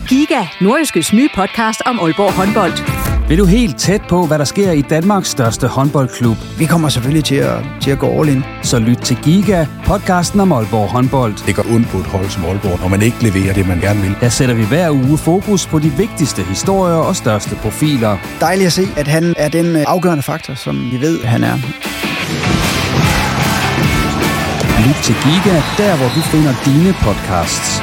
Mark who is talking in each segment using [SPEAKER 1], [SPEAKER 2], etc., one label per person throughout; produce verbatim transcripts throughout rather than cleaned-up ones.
[SPEAKER 1] Giga, Nordjyskes nye podcast om Aalborg håndbold.
[SPEAKER 2] Vil du helt tæt på, hvad der sker i Danmarks største håndboldklub?
[SPEAKER 3] Vi kommer selvfølgelig til at, til at gå all in.
[SPEAKER 2] Så lyt til Giga, podcasten om Aalborg håndbold.
[SPEAKER 4] Det går ondt på et hold som Aalborg, når man ikke leverer det, man gerne vil.
[SPEAKER 2] Der sætter vi hver uge fokus på de vigtigste historier og største profiler.
[SPEAKER 3] Dejligt at se, at han er den afgørende faktor, som vi ved, han er.
[SPEAKER 2] Lyt til Giga, der hvor du finder dine podcasts.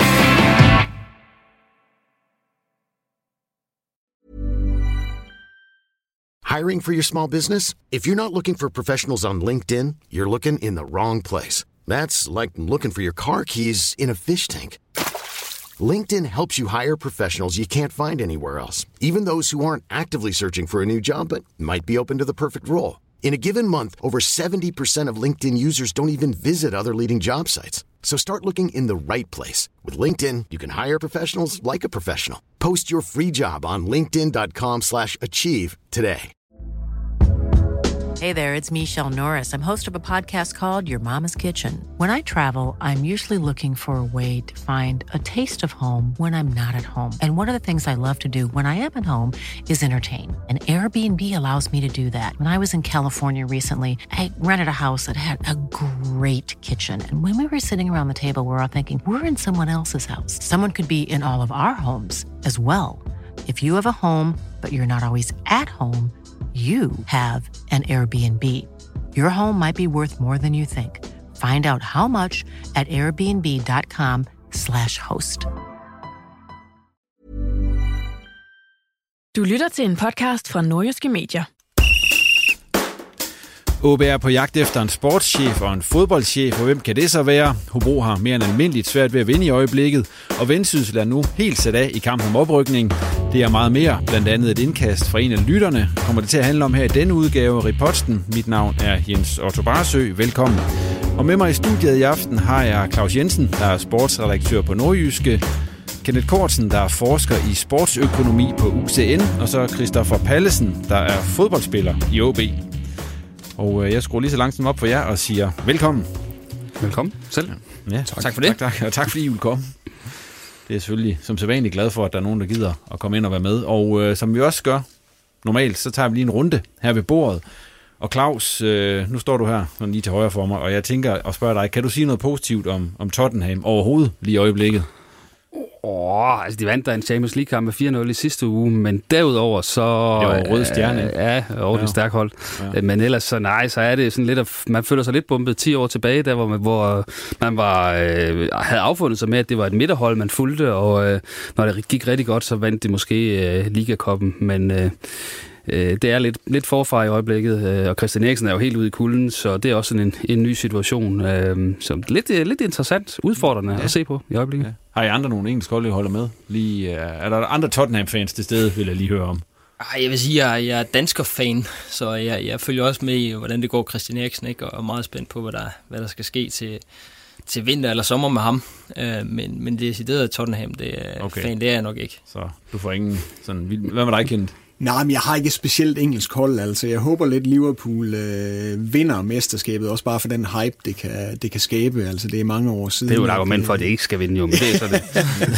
[SPEAKER 5] Hiring for your small business? If you're not looking for professionals on LinkedIn, you're looking in the wrong place. That's like looking for your car keys in a fish tank. LinkedIn helps you hire professionals you can't find anywhere else, even those who aren't actively searching for a new job but might be open to the perfect role. In a given month, over seventy percent of LinkedIn users don't even visit other leading job sites. So start looking in the right place. With LinkedIn, you can hire professionals like a professional. Post your free job on linkedin dot com slash achieve today.
[SPEAKER 6] Hey there, it's Michelle Norris. I'm host of a podcast called Your Mama's Kitchen. When I travel, I'm usually looking for a way to find a taste of home when I'm not at home. And one of the things I love to do when I am at home is entertain. And Airbnb allows me to do that. When I was in California recently, I rented a house that had a great kitchen. And when we were sitting around the table, we were all thinking, we're in someone else's house. Someone could be in all of our homes as well. If you have a home, but you're not always at home, you have an Airbnb. Your home might be worth more than you think. Find out how much at airbnb dot com slash host.
[SPEAKER 7] Du lytter til en podcast fra Nordjyske Medier.
[SPEAKER 8] O B er på jagt efter en sportschef og en fodboldchef, og hvem kan det så være? Hobro har mere end almindeligt svært ved at vinde i øjeblikket, og Vendsyssel er nu helt sat af i kampen om oprykning. Det er meget mere, blandt andet et indkast fra en af lytterne, kommer det til at handle om her i denne udgave af Riposten. Mit navn er Jens Otto Barsø. Velkommen. Og med mig i studiet i aften har jeg Claus Jensen, der er sportsredaktør på Nordjyske, Kenneth Kortsen, der er forsker i sportsøkonomi på U C N, og så Christoffer Pallesen, der er fodboldspiller i O B. Og jeg skruer lige så langsomt op for jer og siger velkommen.
[SPEAKER 9] Velkommen selv.
[SPEAKER 8] Ja, tak, tak for det. Tak, tak. Og tak fordi I vil komme. Det er selvfølgelig som sædvanligt glad for, at der er nogen, der gider at komme ind og være med. Og øh, som vi også gør normalt, så tager vi lige en runde her ved bordet. Og Claus, øh, nu står du her sådan lige til højre for mig, og jeg tænker at spørge dig, kan du sige noget positivt om, om Tottenham overhovedet lige i øjeblikket?
[SPEAKER 9] Åh, oh, altså de vandt der en Champions League-kamp med fire nul i sidste uge, men derudover så...
[SPEAKER 8] Det var røde stjerne.
[SPEAKER 9] Øh, ja, og det stærkt hold. Ja. Men ellers så nej, så er det sådan lidt... At man føler sig lidt bumpet ti år tilbage, der hvor man, hvor man var, øh, havde affundet sig med, at det var et midterhold, man fulgte, og øh, når det gik rigtig godt, så vandt de måske øh, Liga-koppen, men... Øh, Det er lidt, lidt forfra i øjeblikket, og Christian Eriksen er jo helt ude i kulden, så det er også sådan en, en ny situation, øh, som lidt, lidt interessant, udfordrende ja. at se på i øjeblikket. Ja.
[SPEAKER 8] Har I andre nogle engelsk hold, I holder med? Lige, er der andre Tottenham-fans til stede, vil jeg lige høre om?
[SPEAKER 10] Jeg vil sige, at jeg, jeg er dansker-fan, så jeg, jeg følger også med i, hvordan det går Christian Eriksen, ikke? Og er meget spændt på, hvad der, hvad der skal ske til, til vinter eller sommer med ham. Øh, men, men det decideret Tottenham, det er okay. Fan, det er jeg nok ikke.
[SPEAKER 8] Så du får ingen sådan... Hvad med dig, Kent?
[SPEAKER 3] Nej, men jeg har ikke et specielt engelsk hold, altså. Jeg håber lidt, Liverpool øh, vinder mesterskabet, også bare for den hype, det kan, det kan skabe. Altså, det er mange år siden.
[SPEAKER 9] Det er jo et argument for, at det ikke skal vinde, jo, men det er så det.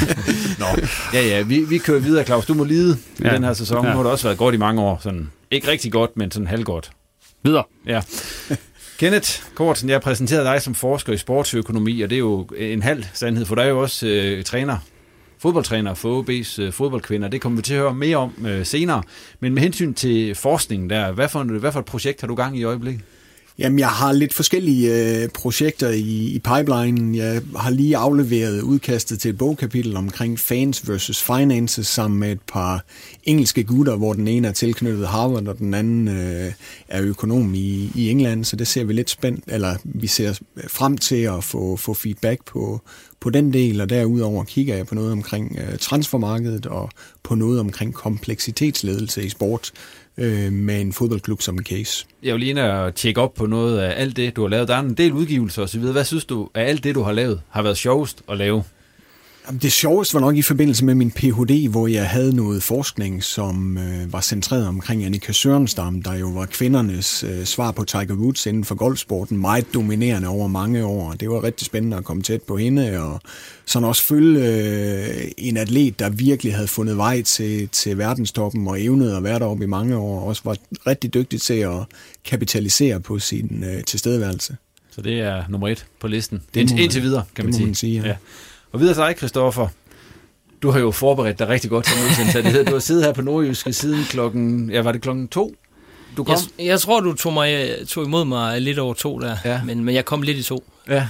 [SPEAKER 8] Nå, ja, ja, vi, vi kører videre, Claus. Du må lide ja. i den her sæson. Ja. Nu har det også været godt i mange år. Sådan, ikke rigtig godt, men sådan halvgodt.
[SPEAKER 9] Videre.
[SPEAKER 8] Ja. Kenneth Kortsen, jeg præsenterede dig som forsker i sportsøkonomi, og det er jo en halv sandhed, for der er jo også øh, træner. fodboldtræner for O B's øh, fodboldkvinder. Det kommer vi til at høre mere om øh, senere. Men med hensyn til forskningen der, hvad for, hvad for et projekt har du gang i i øjeblikket?
[SPEAKER 3] Jamen, jeg har lidt forskellige øh, projekter i, i pipelinen. Jeg har lige afleveret udkastet til et bogkapitel omkring fans versus finances sammen med et par engelske gutter, hvor den ene er tilknyttet Harvard, og den anden øh, er økonom i, i England. Så det ser vi lidt spændt, eller vi ser frem til at få, få feedback på, på den del, og derudover kigger jeg på noget omkring øh, transfermarkedet og på noget omkring kompleksitetsledelse i sport øh, med en fodboldklub som en case.
[SPEAKER 8] Jeg vil lige ind og tjekke op på noget af alt det, du har lavet. Der er en del udgivelser osv. Hvad synes du af alt det, du har lavet, har været sjovest at lave?
[SPEAKER 3] Det sjoveste var nok i forbindelse med min P H D, hvor jeg havde noget forskning, som øh, var centreret omkring Annika Sørenstam, der jo var kvindernes øh, svar på Tiger Woods inden for golfsporten, meget dominerende over mange år. Det var rigtig spændende at komme tæt på hende, og sådan også følge øh, en atlet, der virkelig havde fundet vej til, til verdenstoppen og evnede at være deroppe i mange år, og også var rigtig dygtig til at kapitalisere på sin øh, tilstedeværelse.
[SPEAKER 8] Så det er nummer et på listen. Det er indtil videre, kan man sige.
[SPEAKER 3] Man sige ja. Ja.
[SPEAKER 8] Og videre til dig, Christoffer. Du har jo forberedt dig rigtig godt til udsendelse. Du har siddet her på Nordjyske siden klokken, ja, var det klokken to? Du kom?
[SPEAKER 10] Jeg, jeg tror, du tog, mig, tog imod mig lidt over to der, ja. men, men jeg kom lidt i to.
[SPEAKER 8] Ja.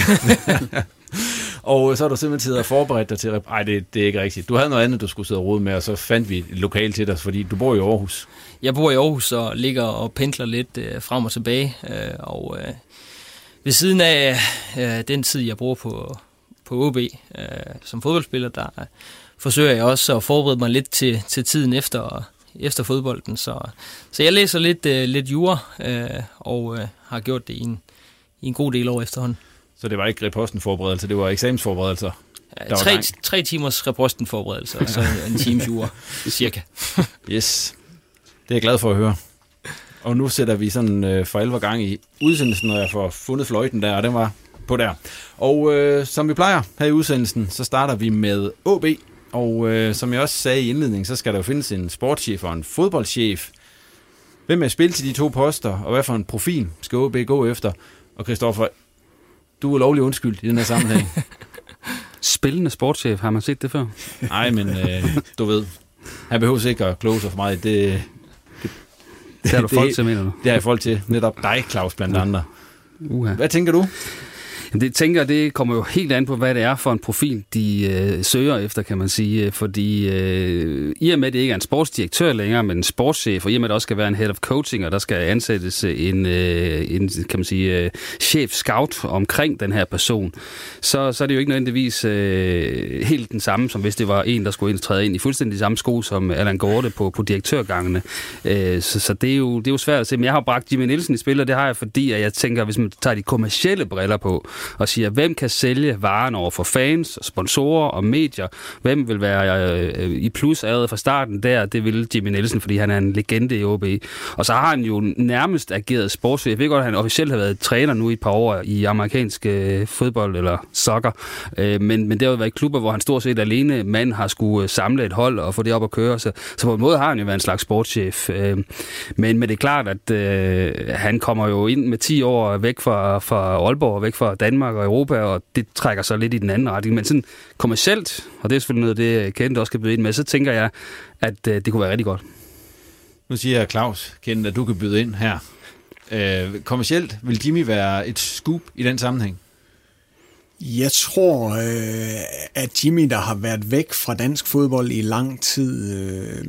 [SPEAKER 8] Og så har du simpelthen siddet og forberedt dig til... Nej, det, det er ikke rigtigt. Du havde noget andet, du skulle sidde og rode med, og så fandt vi et lokal til dig, fordi du bor i Aarhus.
[SPEAKER 10] Jeg bor i Aarhus og ligger og pendler lidt øh, frem og tilbage, øh, og øh, ved siden af øh, den tid, jeg bruger på... på O B øh, som fodboldspiller, der øh, forsøger jeg også at forberede mig lidt til, til tiden efter, efter fodbolden. Så, så jeg læser lidt, øh, lidt jura, øh, og øh, har gjort det i en, i en god del år efterhånden.
[SPEAKER 8] Så det var ikke repostenforberedelse, det var eksamensforberedelser?
[SPEAKER 10] Ja, tre, tre timers repostenforberedelse, og så en times jura, cirka.
[SPEAKER 8] Yes, det er jeg glad for at høre. Og nu sætter vi sådan øh, for alvor gang i udsendelsen, når jeg får fundet fløjten der, og den var på der. Og øh, som vi plejer her i udsendelsen, så starter vi med O B. Og øh, som jeg også sagde i indledningen, så skal der jo findes en sportschef og en fodboldchef. Hvem er spil til de to poster, og hvad for en profil skal O B gå efter? Og Christoffer, du er lovlig undskyld i den her sammenhæng.
[SPEAKER 9] Spillende sportschef, har man set det før?
[SPEAKER 8] Nej, men øh, du ved, han behøver ikke at kloge sig for mig. Det, det,
[SPEAKER 9] det har du folk
[SPEAKER 8] det,
[SPEAKER 9] til, mener du?
[SPEAKER 8] Det har jeg folk til. Netop dig, Claus, blandt andre.
[SPEAKER 9] Uh-huh.
[SPEAKER 8] Hvad tænker du?
[SPEAKER 9] Det tænker det kommer jo helt an på, hvad det er for en profil, de øh, søger efter, kan man sige. Fordi øh, i og med, at det ikke er en sportsdirektør længere, men en sportschef, og i og med, at der også skal være en head of coaching, og der skal ansættes en, øh, en kan man sige, øh, chef-scout omkring den her person, så, så er det jo ikke nødvendigvis øh, helt den samme, som hvis det var en, der skulle ind, træde ind i fuldstændig de samme sko som Allan Gorte på, på direktørgangene. Øh, så så det, er jo, det er jo svært at se. Men jeg har bragt Jimmy Nielsen i spil, og det har jeg, fordi at jeg tænker, hvis man tager de kommercielle briller på, og siger, hvem kan sælge varen over for fans, sponsorer og medier? Hvem vil være øh, i plus allerede fra starten der? Det vil Jimmy Nielsen, fordi han er en legende i O B. Og så har han jo nærmest ageret sportschef. Jeg ved godt, at han officielt har været træner nu i et par år i amerikansk øh, fodbold eller soccer. Øh, men, men det har jo været i klubber, hvor han stort set alene mand har skulle samle et hold og få det op at køre. Så, så på en måde har han jo været en slags sportschef. Øh, men, men det er klart, at øh, han kommer jo ind med ti år væk fra, fra Aalborg, væk fra Danmark og Europa, og det trækker sig lidt i den anden retning. Men sådan kommercielt, og det er selvfølgelig noget, det Kent også kan byde ind med, så tænker jeg, at øh, det kunne være rigtig godt.
[SPEAKER 8] Nu siger jeg, Claus, Kent, at du kan byde ind her. Øh, kommercielt, vil Jimmy være et scoop i den sammenhæng?
[SPEAKER 3] Jeg tror, øh, at Jimmy, der har været væk fra dansk fodbold i lang tid, øh,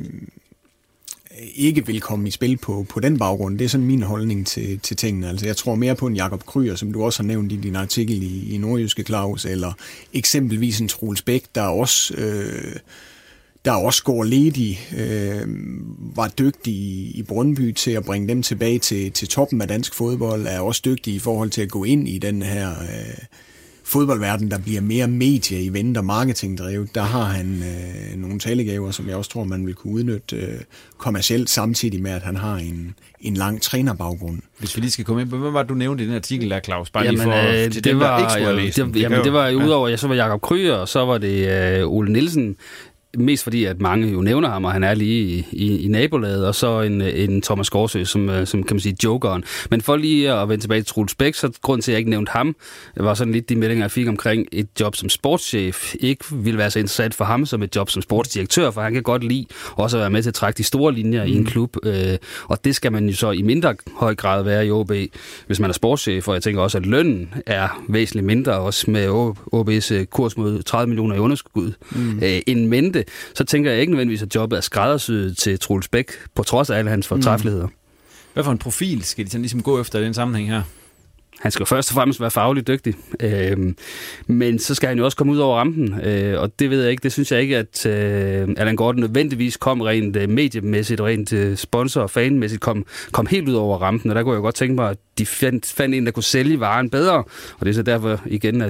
[SPEAKER 3] ikke vil komme i spil på, på den baggrund. Det er sådan min holdning til, til tingene. Altså, jeg tror mere på en Jakob Kryer, som du også har nævnt i din artikel i, i Nordjyske, Claus, eller eksempelvis en Troels Bæk, der også, øh, der også går ledig, øh, var dygtig i, i Brøndby til at bringe dem tilbage til, til toppen af dansk fodbold, er også dygtig i forhold til at gå ind i den her øh, fodboldverden, der bliver mere medie-event og marketingdrevet. Der har han øh, nogle talegaver, som jeg også tror, man vil kunne udnytte øh, kommercielt, samtidig med, at han har en, en lang trænerbaggrund. Hvis vi lige skal komme ind på, hvad var det, du nævnte i den artikel der, Claus? Bare
[SPEAKER 9] jamen,
[SPEAKER 3] lige for,
[SPEAKER 9] øh,
[SPEAKER 3] til
[SPEAKER 9] det
[SPEAKER 3] dem,
[SPEAKER 9] var,
[SPEAKER 3] der ikke skulle have
[SPEAKER 9] læst det, det Jamen, det var jo udover, ja, så var Jakob Kryer, og så var det øh, Ole Nielsen, mest fordi, at mange jo nævner ham, og han er lige i, i, i nabolaget, og så en, en Thomas Gårdsø, som, som kan man sige, jokeren. Men for lige at vende tilbage til Troels Bæk, så grund til, at jeg ikke nævnte ham, var sådan lidt de meldinger, jeg fik omkring et job som sportschef. Ikke ville være så interessant for ham som et job som sportsdirektør, for han kan godt lide også at være med til at trække de store linjer mm. i en klub. Øh, og det skal man jo så i mindre høj grad være i O B, hvis man er sportschef, og jeg tænker også, at lønnen er væsentligt mindre, også med O B's kurs mod tredive millioner i underskud, mm. øh, en mente. Så tænker jeg ikke nødvendigvis, at jobbet er skræddersyet til Troels Bæk, på trods af alle hans fortræffeligheder. Mm.
[SPEAKER 8] Hvad for en profil skal de sådan ligesom gå efter i den sammenhæng her?
[SPEAKER 9] Han skal først og fremmest være fagligt dygtig, øh, men så skal han jo også komme ud over rampen, øh, og det ved jeg ikke, det synes jeg ikke, at øh, Allan Gorte nødvendigvis kom rent øh, mediemæssigt, rent øh, sponsor- og fanmæssigt, kom, kom helt ud over rampen, og der kunne jeg godt tænke mig, at de fandt, fandt en, der kunne sælge varen bedre, og det er så derfor igen, at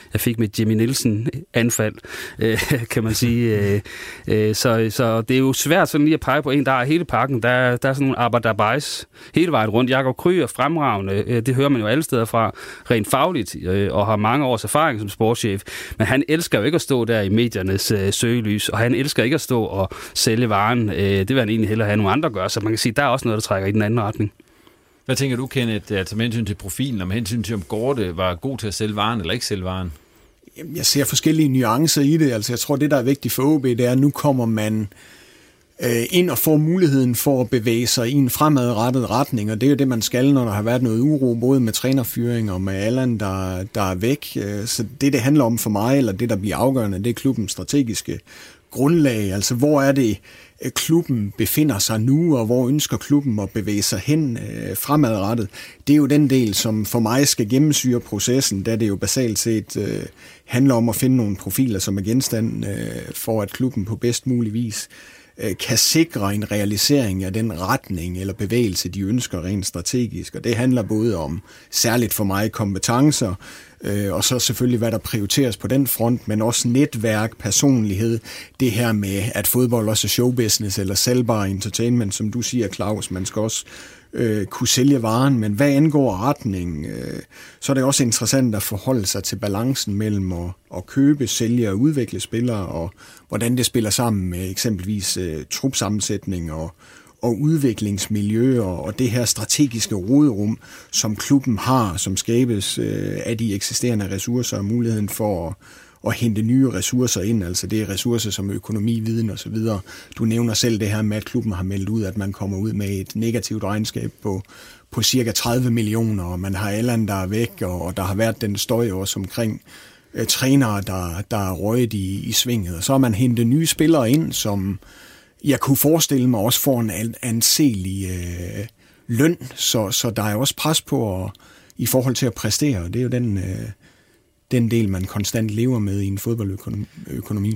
[SPEAKER 9] jeg fik med Jimmy Nielsen-anfald, øh, kan man sige. Øh, øh, så, så det er jo svært sådan lige at pege på en, der er hele pakken. Der, der er sådan nogle arbejderbejs hele vejen rundt. Jakob Kryger fremragende, øh, det hører man jo alle steder fra, rent fagligt, øh, og har mange års erfaring som sportschef. Men han elsker jo ikke at stå der i mediernes øh, søgelys, og han elsker ikke at stå og sælge varen. Øh, det vil han egentlig hellere have nogle andre gøre, så man kan sige, der er også noget, der trækker i den anden retning.
[SPEAKER 8] Hvad tænker du, Kenneth, altså med hensyn til profilen, og med hensyn til, om Gorte var god til at sælge varen eller ikke sælge varen?
[SPEAKER 3] Jeg ser forskellige nuancer i det. Altså, jeg tror, det, der er vigtigt for O B, det er, at nu kommer man øh, ind og får muligheden for at bevæge sig i en fremadrettet retning, og det er jo det, man skal, når der har været noget uro, både med trænerfyring og med Allan, der, der er væk. Så det, det handler om for mig, eller det, der bliver afgørende, det er klubbens strategiske grundlag. Altså, hvor er det, klubben befinder sig nu, og hvor ønsker klubben at bevæge sig hen øh, fremadrettet. Det er jo den del, som for mig skal gennemsyre processen, da det jo basalt set øh, handler om at finde nogle profiler, som er genstand øh, for, at klubben på bedst mulig vis øh, kan sikre en realisering af den retning eller bevægelse, de ønsker rent strategisk. Og det handler både om, særligt for mig, kompetencer, Øh, og så selvfølgelig, hvad der prioriteres på den front, men også netværk, personlighed, det her med, at fodbold også er showbusiness eller sælgbar entertainment, som du siger, Claus, man skal også øh, kunne sælge varen, men hvad angår retning, øh, så er det også interessant at forholde sig til balancen mellem at, at købe, sælge og udvikle spillere, og hvordan det spiller sammen med eksempelvis øh, trupsammensætning og og udviklingsmiljø og det her strategiske råderum, som klubben har, som skabes øh, af de eksisterende ressourcer og muligheden for at, at hente nye ressourcer ind. Altså det er ressourcer som økonomi, viden og så videre. Du nævner selv det her med, at klubben har meldt ud, at man kommer ud med et negativt regnskab på, på cirka tredive millioner, og man har Allan, der er væk, og, og der har været den støj også omkring øh, trænere, der, der er røget i, i svinget. Og så har man hentet nye spillere ind, som jeg kunne forestille mig også får en anselig øh, løn, så, så der er også pres på at, i forhold til at præstere, og det er jo den, øh, den del, man konstant lever med i en fodboldøkonomi.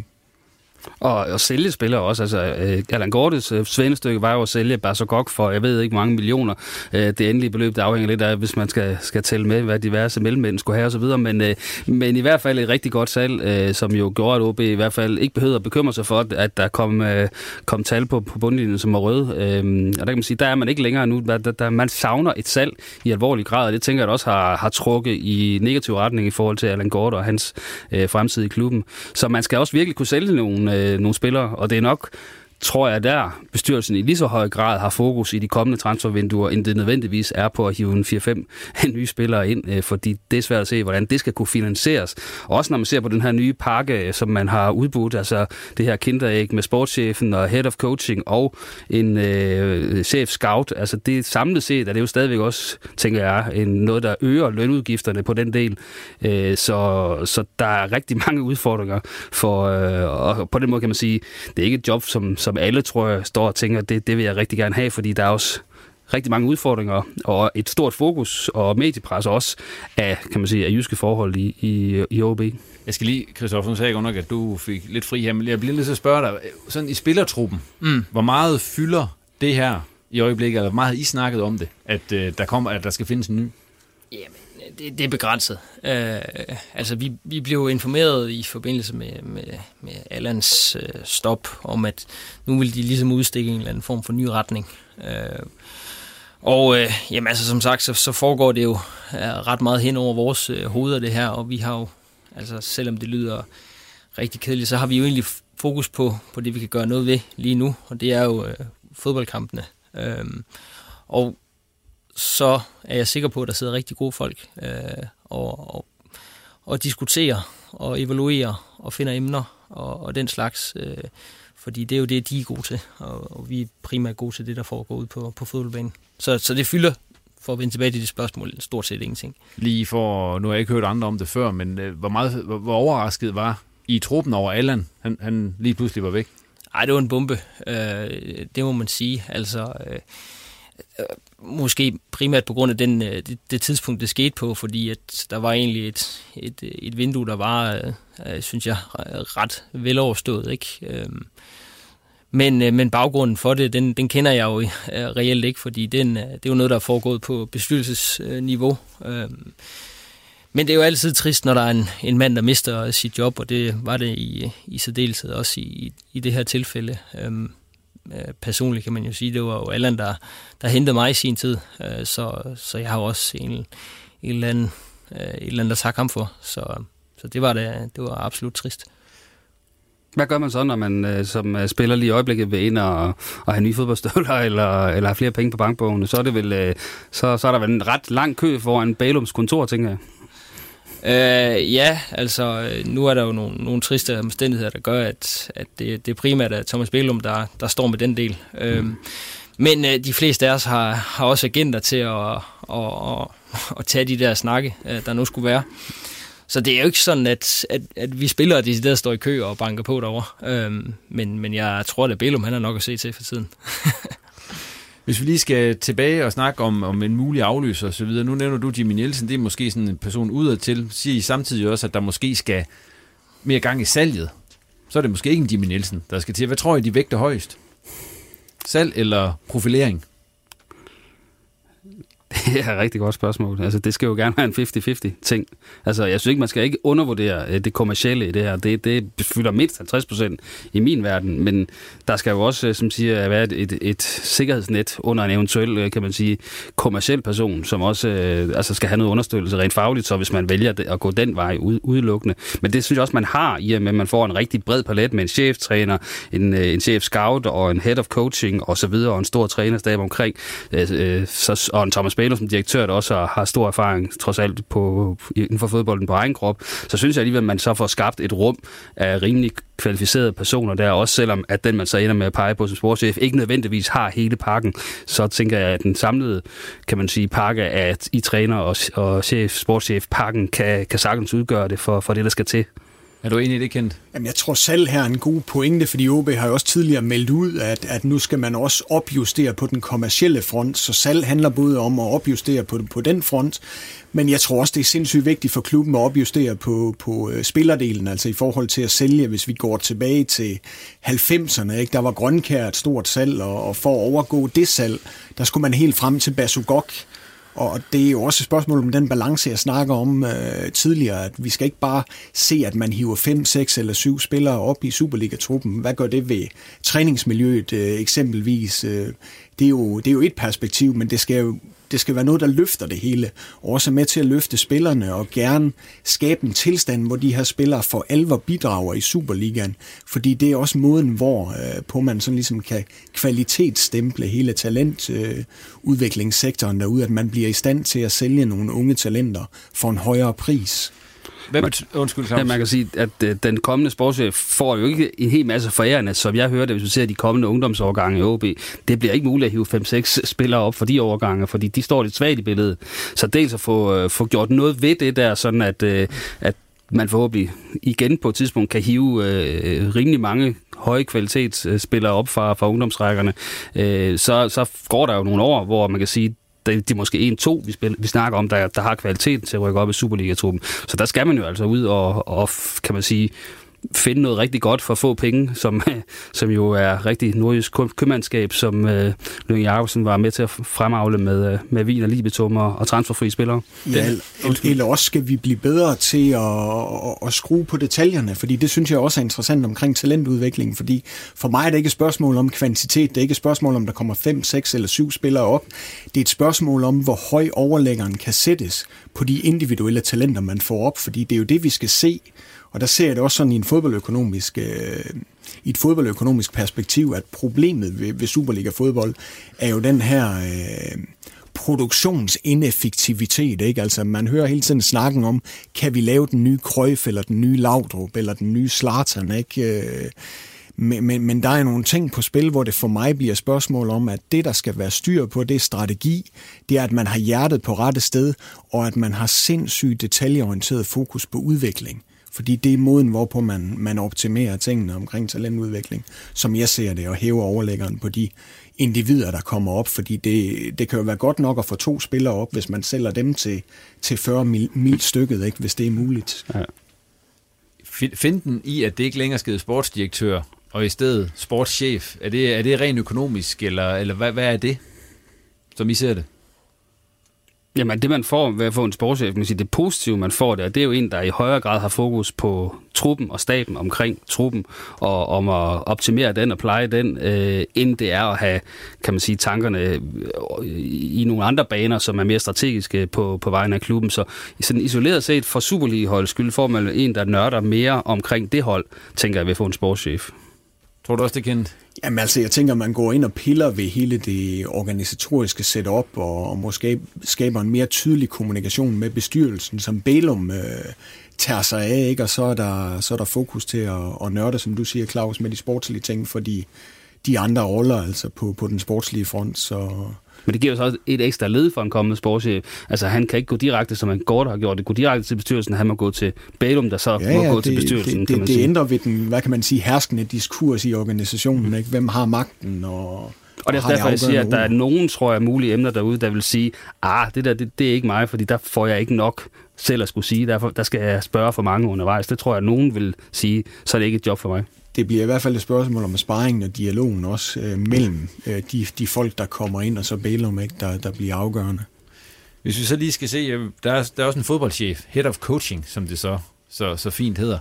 [SPEAKER 9] Og, og sælge spillere også. Altså, øh, Allan Gortes øh, svendestykke var jo at sælge Basogok for, jeg ved ikke, hvor mange millioner. Øh, det endelige beløb, det afhænger lidt af, hvis man skal, skal tælle med, hvad diverse mellemmænd skulle have osv. Men, øh, men i hvert fald et rigtig godt salg, øh, som jo gjorde, at O B i hvert fald ikke behøvede at bekymre sig for, at der kom, øh, kom tal på, på bundlinjen, som var røde. Øh, og der kan man sige, der er man ikke længere nu. Der, der, man savner et salg i alvorlig grad, og det tænker jeg også har, har trukket i negativ retning i forhold til Allan Gorte og hans øh, fremtid i klubben. Så man skal også virkelig kunne sælge nogle nogle spillere, og det er nok, tror jeg, der bestyrelsen i lige så høj grad har fokus i de kommende transfervinduer, end det nødvendigvis er på at hive en fire fem nye spillere ind, fordi det er svært at se, hvordan det skal kunne finansieres. Også når man ser på den her nye pakke, som man har udbudt, altså det her kinderæg med sportschefen og head of coaching og en øh, chef scout, altså det samlet set er det jo stadigvæk også, tænker jeg, en, noget, der øger lønudgifterne på den del. Øh, så, så der er rigtig mange udfordringer for, øh, og på den måde kan man sige, det er ikke et job, som som alle, tror jeg, står og tænker, det, det vil jeg rigtig gerne have, fordi der er også rigtig mange udfordringer, og et stort fokus og mediepres også af, kan man sige, af jyske forhold i, i, i O B.
[SPEAKER 8] Jeg skal lige, Christoffer, nu sagde jeg nok, at du fik lidt fri her, men jeg bliver lidt så at spørge dig, sådan i spillertruppen, mm. hvor meget fylder det her i øjeblikket, eller hvor meget har I snakket om det, at, øh, der, kommer, at der skal findes en ny?
[SPEAKER 10] Jamen, det, det er begrænset. Øh, altså, vi, vi blev informeret i forbindelse med, med, med Allans øh, stop, om at nu vil de ligesom udstikke en eller anden form for ny retning. Øh, og øh, jamen, altså, som sagt, så, så foregår det jo øh, ret meget hen over vores øh, hoveder, det her, og vi har jo, altså, selvom det lyder rigtig kedeligt, så har vi jo egentlig fokus på, på det, vi kan gøre noget ved lige nu, og det er jo øh, fodboldkampene. Øh, og så er jeg sikker på, at der sidder rigtig gode folk øh, og, og, og diskuterer og evaluerer og finder emner og, og den slags. Øh, fordi det er jo det, de er gode til, og, og vi er primært gode til det, der foregår ud på, på fodboldbanen. Så, så det fylder, for at vende tilbage til det spørgsmål, stort set ingenting.
[SPEAKER 8] Lige for, nu har jeg ikke hørt andre om det før, men øh, hvor, meget, hvor, hvor overrasket var I truppen over Allan, han, han lige pludselig var væk?
[SPEAKER 10] Ej, det var en bombe. Øh, det må man sige. Altså... Øh, Måske primært på grund af den, det, det tidspunkt, det skete på, fordi at der var egentlig et, et, et vindue, der var, øh, synes jeg, ret veloverstået, ikke? Øh, men, men baggrunden for det, den, den kender jeg jo øh, reelt ikke, fordi den, det er jo noget, der er foregået på bestyrelsesniveau. Øh, Men det er jo altid trist, når der er en, en mand, der mister sit job, og det var det i, i særdeleshed også i, i det her tilfælde. Øhm, øh, personligt kan man jo sige, det var jo Allan, der, der hentede mig i sin tid, øh, så, så jeg har jo også en, en eller anden, øh, et eller andet, der takker ham for. Så, så det var det, det var absolut trist.
[SPEAKER 9] Hvad gør man så, når man øh, som øh, spiller lige i øjeblikket vil ind og, og have nye fodboldstøvler, eller, eller have flere penge på bankbogen? Så er, det vel, øh, så, så er der vel en ret lang kø foran Bælums kontor, tænker jeg.
[SPEAKER 10] Øh, ja, altså nu er der jo nogle, nogle triste omstændigheder, der gør, at, at det, det primært er Thomas Bælum, der, der står med den del. Mm. Øhm, men øh, de fleste af os har, har også agenter til at, at, at, at tage de der snakke, der nu skulle være. Så det er jo ikke sådan, at, at, at vi spillere, de der står i kø og banker på derovre. Øhm, men, men jeg tror, at Bælum han er nok at se til for tiden.
[SPEAKER 8] Hvis vi lige skal tilbage og snakke om, om en mulig afløser og så videre. Nu nævner du Jimmy Nielsen, det er måske sådan en person udadtil. Siger I samtidig også, at der måske skal mere gang i salget. Så er det måske ikke en Jimmy Nielsen, der skal til. Hvad tror I, de vægter højst? Salg eller profilering?
[SPEAKER 9] Det er et rigtig godt spørgsmål. Altså, det skal jo gerne være en halvtreds halvtreds ting. Altså, jeg synes ikke, man skal ikke undervurdere det kommercielle i det her. Det, det fylder mindst halvtreds procent i min verden, men der skal jo også, som siger, være et, et, et sikkerhedsnet under en eventuel, kan man sige, kommerciel person, som også øh, altså skal have noget understøttelse rent fagligt, så hvis man vælger at gå den vej udelukkende. Men det synes jeg også, man har, i og med, at man får en rigtig bred palet med en cheftræner, en, en chef-scout og en head of coaching og så videre, og en stor trænerstab omkring, øh, så, og en Thomas Bælum som direktør, der også har stor erfaring, trods alt på, inden for fodbolden på egen krop, så synes jeg alligevel, at man så får skabt et rum af rimelig kvalificerede personer der, også selvom at den, man så ender med at pege på som sportschef, ikke nødvendigvis har hele pakken, så tænker jeg, at den samlede, kan man sige, pakke af i træner og, og chef, sportschef pakken kan, kan sagtens udgøre det for, for det, der skal til.
[SPEAKER 8] Er du enig i det, Kent?
[SPEAKER 3] Jamen, jeg tror selv her er en god pointe, fordi O B har jo også tidligere meldt ud, at, at nu skal man også opjustere på den kommercielle front, så salg handler både om at opjustere på, på den front, men jeg tror også, det er sindssygt vigtigt for klubben at opjustere på, på spillerdelen, altså i forhold til at sælge, hvis vi går tilbage til halvfemserne, ikke? Der var Grønkjær et stort salg, og, og for at overgå det salg, der skulle man helt frem til Basugok. Og det er jo også et spørgsmål om den balance, jeg snakker om øh, tidligere, at vi skal ikke bare se, at man hiver fem, seks eller syv spillere op i Superliga-truppen. Hvad gør det ved træningsmiljøet øh, eksempelvis? Øh, det, er jo, det er jo et perspektiv, men det skal jo det skal være noget, der løfter det hele, og også med til at løfte spillerne og gerne skabe en tilstand, hvor de her spillere for alvor bidrager i Superligaen, fordi det er også måden, hvor øh, på man sådan ligesom kan kvalitetsstemple hele talentudviklingssektoren øh, derude, at man bliver i stand til at sælge nogle unge talenter for en højere pris.
[SPEAKER 8] Hvad betyder, undskyld,
[SPEAKER 9] ja, man kan sige, at øh, den kommende sportschef får jo ikke en hel masse forærende, som jeg hørte, hvis vi ser de kommende ungdomsårgange i O B. Det bliver ikke muligt at hive fem seks spillere op for de årgange, fordi de står lidt svagt i billedet. Så dels at få, øh, få gjort noget ved det der, sådan at, øh, at man forhåbentlig igen på et tidspunkt kan hive øh, rimelig mange høje kvalitetsspillere op fra, fra ungdomsrækkerne. Øh, så, så går der jo nogle år, hvor man kan sige, det er måske en to, vi, spiller, vi snakker om, der, der har kvalitet til at rykke op i Superliga-truppen. Så der skal man jo altså ud og, og kan man sige, finde noget rigtig godt for få penge, som, som jo er rigtig nordjysk købmandskab, som øh, Lønge Jacobsen var med til at fremavle med, med vin og libetum og, og transferfrie spillere.
[SPEAKER 3] Ja, eller også skal vi blive bedre til at, at, at skrue på detaljerne, fordi det synes jeg også er interessant omkring talentudvikling, fordi for mig er det ikke et spørgsmål om kvantitet, det er ikke et spørgsmål om, der kommer fem, seks eller syv spillere op. Det er et spørgsmål om, hvor høj overlæggeren kan sættes på de individuelle talenter, man får op, fordi det er jo det, vi skal se. Og der ser jeg det også sådan i en fodboldøkonomisk, øh, i et fodboldøkonomisk perspektiv, at problemet ved, ved Superliga-fodbold er jo den her øh, produktionsineffektivitet. Ikke? Altså man hører hele tiden snakken om, kan vi lave den nye Cruyff, eller den nye Laudrup, eller den nye Zlatan, ikke? Men, men, men der er nogle ting på spil, hvor det for mig bliver spørgsmål om, at det, der skal være styr på, det er strategi, det er, at man har hjertet på rette sted, og at man har sindssygt detaljeorienteret fokus på udvikling. Fordi det er måden, hvorpå man, man optimerer tingene omkring talentudvikling, som jeg ser det, og hæver overlæggeren på de individer, der kommer op. Fordi det, det kan jo være godt nok at få to spillere op, hvis man sælger dem til, til fyrre mil stykket, ikke, hvis det er muligt. Ja.
[SPEAKER 8] Finden i, at det ikke længere skal være sportsdirektør, og i stedet sportschef, er det, er det rent økonomisk, eller, eller hvad, hvad er det, som I ser det?
[SPEAKER 9] Jamen, det man får ved at få en sportschef, man siger, det positive, man får der, det er jo en, der i højere grad har fokus på truppen og staben omkring truppen, og om at optimere den og pleje den, øh, end det er at have, kan man sige, tankerne i nogle andre baner, som er mere strategiske på, på vejen af klubben. Så sådan isoleret set for Superliga-hold skyld får man en, der nørder mere omkring det hold, tænker jeg ved at få en sportschef.
[SPEAKER 8] Tror du også, det er kendt?
[SPEAKER 3] Jamen altså, jeg tænker, man går ind og piller ved hele det organisatoriske setup, og, og måske skaber en mere tydelig kommunikation med bestyrelsen, som Bælum øh, tager sig af, ikke? Og så er, der, så er der fokus til at, at nørde, som du siger, Claus, med de sportslige ting, fordi de andre roller altså på, på den sportslige front, så...
[SPEAKER 9] Men det giver jo så også et ekstra led for en kommende sportschef. Altså, han kan ikke gå direkte, som han godt har gjort det. Gå direkte til bestyrelsen, han må gå til Bælum, der så ja, må ja, gå det, til bestyrelsen,
[SPEAKER 3] det,
[SPEAKER 9] kan
[SPEAKER 3] det,
[SPEAKER 9] man
[SPEAKER 3] det
[SPEAKER 9] sige.
[SPEAKER 3] ændrer ved den, hvad kan man sige, herskende diskurs i organisationen, ikke? Hvem har magten, og...
[SPEAKER 9] Og det er derfor, jeg siger, at der er nogen, tror jeg, mulige emner derude, der vil sige, ah, det der, det, det er ikke mig, fordi der får jeg ikke nok selv at skulle sige. Derfor, der skal jeg spørge for mange undervejs. Det tror jeg, at nogen vil sige, så er det ikke et job for mig.
[SPEAKER 3] Det bliver i hvert fald et spørgsmål om sparringen og dialogen også øh, mellem øh, de, de folk, der kommer ind, og så Bælum, ikke, der, der bliver afgørende.
[SPEAKER 8] Hvis vi så lige skal se, der er, der er også en fodboldchef, head of coaching, som det så, så, så fint hedder.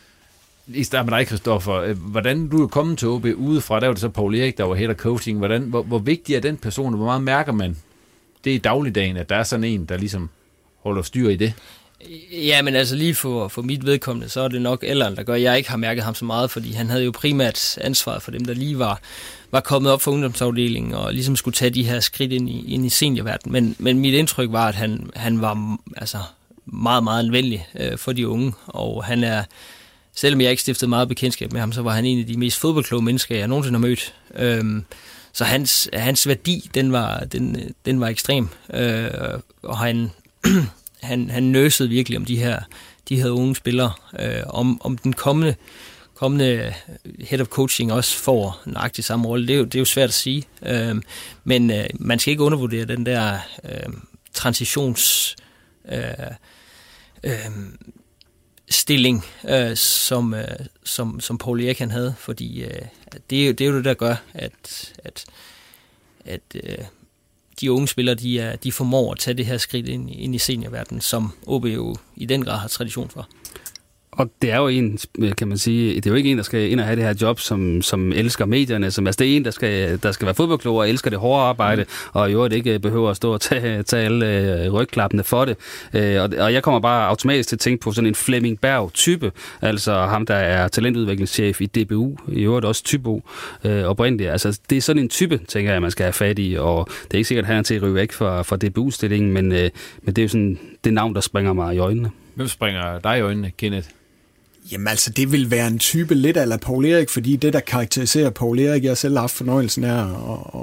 [SPEAKER 8] I starten med dig, Christoffer. Hvordan du er kommet til O B udefra, der var det så Paul Erik, der var head of coaching. Hvordan, hvor, hvor vigtig er den person, og hvor meget mærker man det i dagligdagen, at der er sådan en, der ligesom holder styr i det?
[SPEAKER 10] Ja, men altså lige for, for mit vedkommende, så er det nok Elleren, der gør, at jeg ikke har mærket ham så meget, fordi han havde jo primært ansvaret for dem, der lige var, var kommet op for ungdomsafdelingen, og ligesom skulle tage de her skridt ind i, ind i seniorverdenen. Men, men mit indtryk var, at han, han var altså meget, meget anvendelig øh, for de unge, og han er, selvom jeg ikke stiftede meget bekendtskab med ham, så var han en af de mest fodboldkloge mennesker, jeg nogensinde har mødt. Øhm, så hans, hans værdi, den var, den, den var ekstrem, øh, og han... Han, han nøsede virkelig om de her, de her unge spillere, øh, om, om den kommende, kommende head of coaching også får nøjagtig samme rolle. Det er jo, det er jo svært at sige, øh, men øh, man skal ikke undervurdere den der øh, transitions øh, øh, stilling, øh, som, øh, som, som Paul Erik han havde, fordi øh, det, er jo, det er jo det, der gør, at, at, at øh, de unge spillere, de, er, de formår at tage det her skridt ind, ind i seniorverdenen, som O B jo i den grad har tradition for.
[SPEAKER 9] Og det er jo en, kan man sige, det er jo ikke en, der skal ind og have det her job, som, som elsker medierne, som altså det er en, der skal, der skal være fodboldklog og elsker det hårde arbejde, mm. og i øvrigt ikke behøver at stå og tage, tage alle rygklappene for det. Og, og jeg kommer bare automatisk til at tænke på sådan en Flemming Berg-type, altså ham, der er talentudviklingschef i D B U, i øvrigt også Tybo øh, oprindeligt. Altså det er sådan en type, tænker jeg, man skal have fat i, og det er ikke sikkert, at han er til at ryge væk fra, fra D B U-stillingen, men, øh, men det er jo sådan det navn, der springer mig i øjnene.
[SPEAKER 8] Hvem springer dig i øjnene, Kenneth?
[SPEAKER 3] Jamen altså, det vil være en type lidt ala Paul Erik, fordi det, der karakteriserer Paul Erik, jeg har selv haft fornøjelsen af at,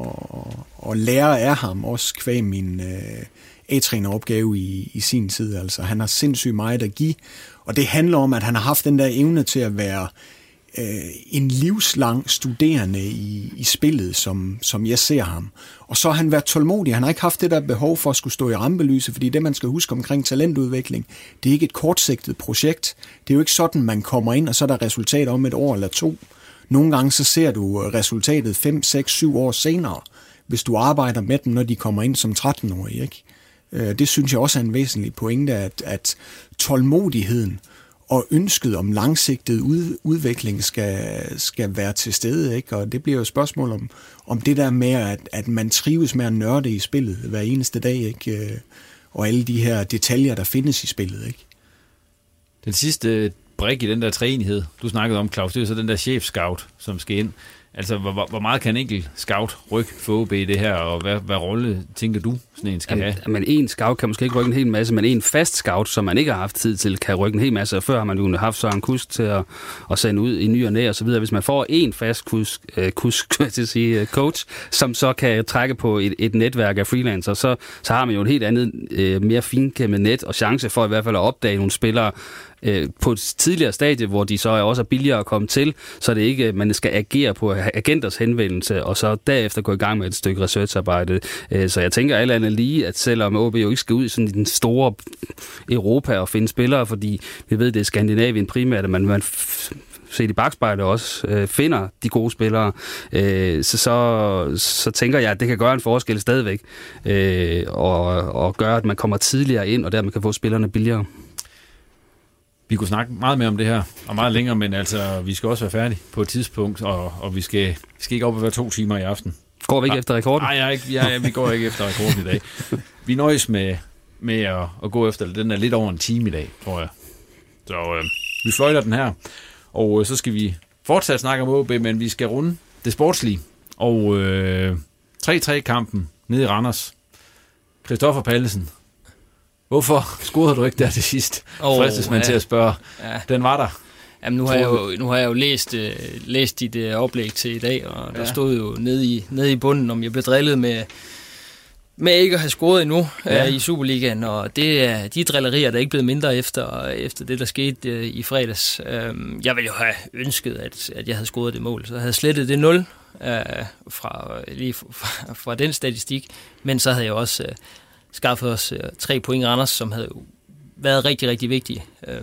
[SPEAKER 3] at, at lære af ham, også kvæg min uh, A-træneropgave i, i sin tid. Altså, han har sindssygt meget at give, og det handler om, at han har haft den der evne til at være uh, en livslang studerende i, i spillet, som, som jeg ser ham. Og så har han været tålmodig. Han har ikke haft det der behov for at skulle stå i rampelyset, fordi det, man skal huske omkring talentudvikling, det er ikke et kortsigtet projekt. Det er jo ikke sådan, man kommer ind, og så er der resultat om et år eller to. Nogle gange så ser du resultatet fem, seks, syv år senere, hvis du arbejder med dem, når de kommer ind som tretten-årige. Ikke? Det synes jeg også er en væsentlig pointe, at, at tålmodigheden og ønsket om langsigtet ud, udvikling skal, skal være til stede, ikke? Og det bliver jo et spørgsmål om, om det der med, at, at man trives med at nørde i spillet hver eneste dag, ikke? Og alle de her detaljer, der findes i spillet, ikke?
[SPEAKER 8] Den sidste brik i den der træenighed, du snakkede om, Claus, det er så den der chef-scout, som skal ind. Altså, hvor, hvor meget kan en enkelt scout rykke for O B i det her, og hvad, hvad rolle tænker du, sådan en skal
[SPEAKER 9] jamen,
[SPEAKER 8] have?
[SPEAKER 9] Men en scout kan måske ikke rykke en hel masse, men en fast scout, som man ikke har haft tid til, kan rykke en hel masse. Og før har man jo haft Søren Kusk til at, at sende ud i ny og næ og så videre. Hvis man får en fast kusk, øh, kusk til at sige, coach, som så kan trække på et, et netværk af freelancer, så, så har man jo et helt andet, øh, mere finkæmmet net og chance for i hvert fald at opdage nogle spillere, på et tidligere stadie, hvor de så er også billigere at komme til, så det ikke, man skal agere på agenters henvendelse, og så derefter gå i gang med et stykke researcharbejde. Så jeg tænker alle andet lige, at selvom O B jo ikke skal ud i sådan den store Europa og finde spillere, fordi vi ved, det er Skandinavien primært, at man, man set i bagspejlet også, øh, finder de gode spillere, øh, så, så, så tænker jeg, at det kan gøre en forskel stadigvæk, øh, og, og gøre, at man kommer tidligere ind, og dermed kan få spillerne billigere.
[SPEAKER 8] Vi kunne snakke meget mere om det her, og meget længere, men altså, vi skal også være færdige på et tidspunkt, og, og vi, skal, vi skal ikke op og være to timer i aften.
[SPEAKER 9] Går vi ikke ja. efter rekorden?
[SPEAKER 8] Nej, jeg, jeg, jeg, vi går ikke efter rekorden i dag. Vi nøjes med, med at, at gå efter det. Den er lidt over en time i dag, tror jeg. Så øh, vi fløjter den her, og øh, så skal vi fortsat snakke om O B, men vi skal runde det sportslige. Og øh, tre-tre-kampen nede i Randers. Christoffer Pallesen. Hvorfor scorede du ikke der til sidst? Oh, Fristes man ja. til at spørge. Ja. Den var der.
[SPEAKER 10] Jamen, nu har jeg jo, nu har jeg jo læst, øh, læst dit øh, oplæg til i dag, og der ja. stod jo nede i, nede i bunden, om jeg blev drillet med, med ikke at have scoret endnu ja. øh, i Superligaen, og det er de drillerier, der er ikke blevet mindre efter, efter det, der skete øh, i fredags. Øh, jeg ville jo have ønsket, at, at jeg havde scoret det mål, så jeg havde slettet det nul øh, fra, lige fra, fra den statistik, men så havde jeg også øh, skaffet os øh, tre point Randers, som havde været rigtig, rigtig vigtige. Øh,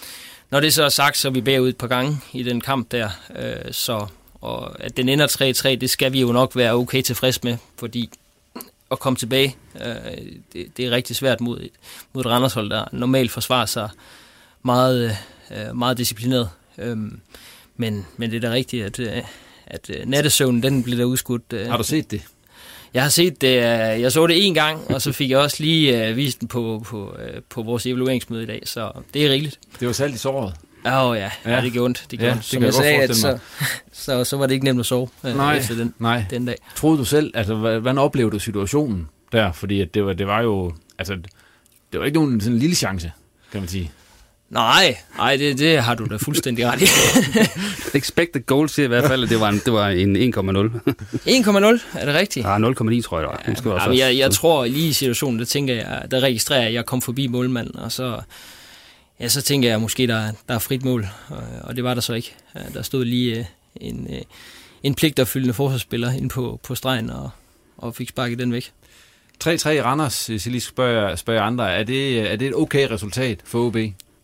[SPEAKER 10] Når det så er sagt, så er vi bagud et par gange i den kamp der, øh, så og at den ender tre-tre, det skal vi jo nok være okay tilfreds med, fordi at komme tilbage, øh, det, det er rigtig svært mod et, mod et Randershold, der normalt forsvarer sig meget, øh, meget disciplineret. Øh, men, men det er da rigtigt, at, øh, at nattesøvnen, den bliver der udskudt. Øh,
[SPEAKER 8] Har du set det?
[SPEAKER 10] Jeg har set det, jeg så det en gang, og så fik jeg også lige uh, vist den på, på, uh, på vores evalueringsmøde i dag, så det er rigeligt.
[SPEAKER 8] Det var salt i såret.
[SPEAKER 10] Åh oh, ja. ja, ja, det gjorde ondt. Det gjorde ja, ondt. Som jeg, jeg sagde, at så, så, så var det ikke nemt at sove uh, nej, efter den,
[SPEAKER 8] nej. den dag. Troede du selv, altså hvordan oplevede du situationen der? Fordi at det, var, det var jo, altså det var ikke nogen sådan en lille chance, kan man sige.
[SPEAKER 10] Nej, nej det, det har du da fuldstændig ret i.
[SPEAKER 9] Expected goal siger i hvert fald, at det var en, det var en en komma nul.
[SPEAKER 10] en komma nul, er det rigtigt?
[SPEAKER 9] Ja, nul komma ni tror jeg det var.
[SPEAKER 10] Ja, ja, jeg, jeg tror lige i situationen, der tænker jeg, der registrerer jeg, at jeg kom forbi målmanden, og så, ja, så tænker jeg måske, der, der er frit mål, og, og det var der så ikke. Der stod lige en, en pligtopfyldende forsvarsspiller inde på, på stregen, og, og fik sparket den væk.
[SPEAKER 8] tre-tre i Randers, hvis jeg lige spørger, spørger andre, er det, er det et okay resultat for O B?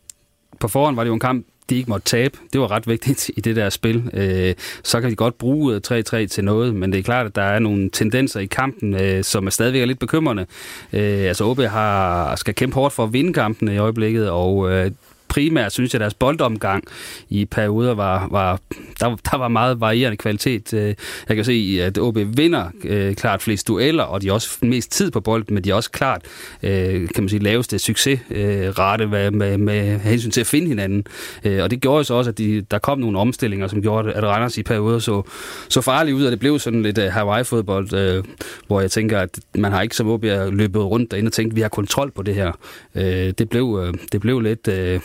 [SPEAKER 9] På forhånd var det jo en kamp, de ikke måtte tabe. Det var ret vigtigt i det der spil. Øh, så kan de godt bruge tre-tre til noget, men det er klart, at der er nogle tendenser i kampen, øh, som er stadigvæk er lidt bekymrende. Øh, altså O B har, skal kæmpe hårdt for at vinde kampen i øjeblikket, og øh, primært synes jeg, at deres boldomgang i perioder var, var der, der var meget varierende kvalitet. Jeg kan se, at O B vinder øh, klart flest dueller, og de har også mest tid på bolden, men de har også klart, øh, kan man sige, laveste succesrate øh, med, med, med hensyn til at finde hinanden. Øh, og det gjorde jo så også, at de, der kom nogle omstillinger, som gjorde, at Randers i perioder så, så farligt ud, og det blev sådan lidt uh, Hawaii-fodbold, øh, hvor jeg tænker, at man har ikke som O B løbet rundt derinde og tænkt, at vi har kontrol på det her. Øh, det, blev, øh, det blev lidt... Øh,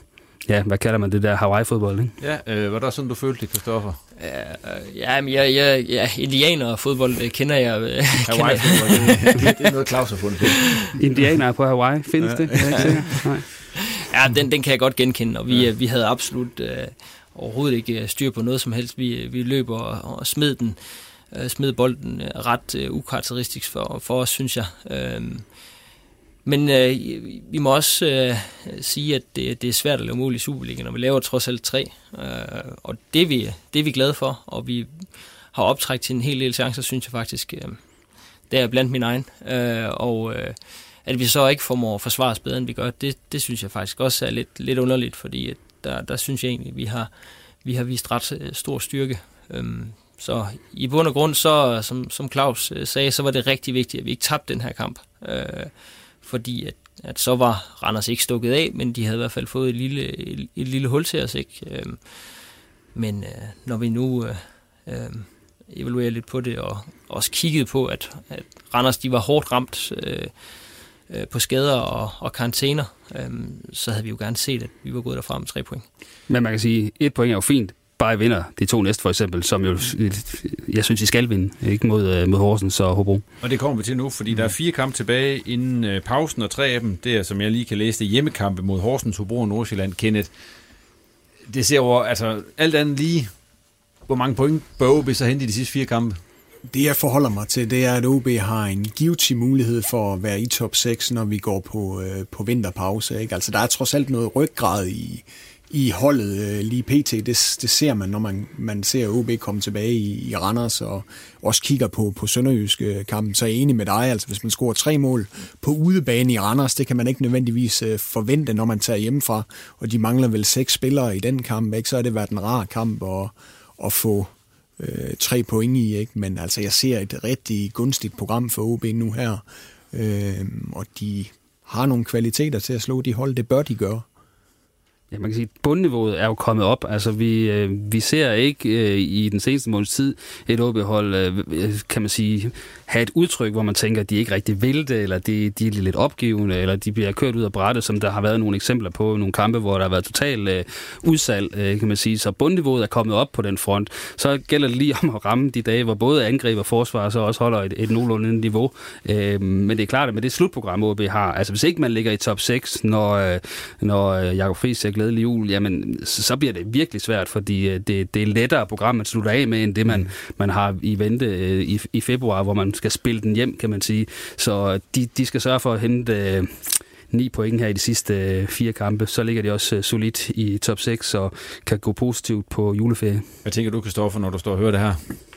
[SPEAKER 9] Ja, hvad kalder man det der Hawaii-fodbold, ikke?
[SPEAKER 8] Ja, øh, var det sådan, du følte det, Christoffer?
[SPEAKER 10] Ja, men jeg, jeg, ja, indianer-fodbold det kender jeg. Øh,
[SPEAKER 8] Hawaii-fodbold, det, det, det er noget Claus har fundet på.
[SPEAKER 9] Indianer på Hawaii, findes ja. det? Jeg er ikke sikker. Nej.
[SPEAKER 10] Ja, den, den kan jeg godt genkende, og vi, ja. vi havde absolut øh, overhovedet ikke styr på noget som helst. Vi, vi løber og, og smed den, øh, smed bolden ret øh, ukarakteristisk for, for os, synes jeg. Øh, Men øh, vi må også øh, sige, at det, det er svært at lave mål i Superligaen, når vi laver trods alt tre. Øh, og det er, vi, det er vi glade for, og vi har optræk til en hel del chancer, synes jeg faktisk. Øh, det er blandt min egen. Øh, og øh, at vi så ikke formår at forsvare os bedre, end vi gør, det, det synes jeg faktisk også er lidt, lidt underligt, fordi at der, der synes jeg egentlig, at vi har, vi har vist ret øh, stor styrke. Øh, så i bund og grund, så, som, som Claus øh, sagde, så var det rigtig vigtigt, at vi ikke tabte den her kamp. Øh, fordi at, at så var Randers ikke stukket af, men de havde i hvert fald fået et lille, et, et lille hul til os, ikke? Øhm, men øh, når vi nu øh, øh, evaluerer lidt på det, og også kiggede på, at, at Randers de var hårdt ramt øh, øh, på skader og, og karantæner, øh, så havde vi jo gerne set, at vi var gået derfra med tre point.
[SPEAKER 9] Men man kan sige, et point er jo fint, bare vinder de to næste for eksempel, som jo, jeg synes, I skal vinde, ikke mod, mod Horsens og Hobro.
[SPEAKER 8] Og det kommer vi til nu, fordi der er fire kampe tilbage inden øh, pausen, og tre af dem, det er, som jeg lige kan læse, det hjemmekampe mod Horsens, Hobro og Nordsjælland. Kenneth, det ser over, altså alt andet lige, hvor mange point bør O B så hente i de sidste fire kampe?
[SPEAKER 3] Det jeg forholder mig til, det er, at O B har en givtig mulighed for at være i top seks, når vi går på, øh, på vinterpause. Ikke? Altså der er trods alt noget ryggrad i i holdet øh, lige pt. Det, det ser man, når man, man ser O B komme tilbage i, i Randers, og også kigger på, på sønderjyske kampen. Så er jeg enig med dig, altså hvis man scorer tre mål på udebane i Randers, det kan man ikke nødvendigvis øh, forvente, når man tager hjemmefra, og de mangler vel seks spillere i den kamp, ikke? Så har det været en rar kamp at, at få øh, tre point i, ikke? Men altså jeg ser et rigtig gunstigt program for O B nu her, øh, og de har nogle kvaliteter til at slå de hold, det bør de gøre.
[SPEAKER 9] Ja, man kan sige, at bundniveauet er jo kommet op. Altså, vi, øh, vi ser ikke øh, i den seneste måneds tid et O B-hold, øh, kan man sige, have et udtryk, hvor man tænker, at de ikke rigtig vil det, eller de, de er lidt opgivende, eller de bliver kørt ud af brættet, som der har været nogle eksempler på, nogle kampe, hvor der har været totalt øh, udsalg, øh, kan man sige. Så bundniveauet er kommet op på den front. Så gælder det lige om at ramme de dage, hvor både angreb og forsvar så også holder et, et nogenlunde niveau. Øh, men det er klart, at med det slutprogram, O B har, altså hvis ikke man ligger i top seks, når, øh, når Jakob Friis siger glædelig jul, jamen så bliver det virkelig svært, fordi det, det er lettere program, man slutter af med, end det, man, man har i vente øh, i, i februar, hvor man skal spille den hjem, kan man sige. Så de, de skal sørge for at hente øh, ni point her i de sidste øh, fire kampe. Så ligger de også øh, solidt i top seks og kan gå positivt på juleferie.
[SPEAKER 8] Hvad tænker du, Kristoffer, når du står og hører det her?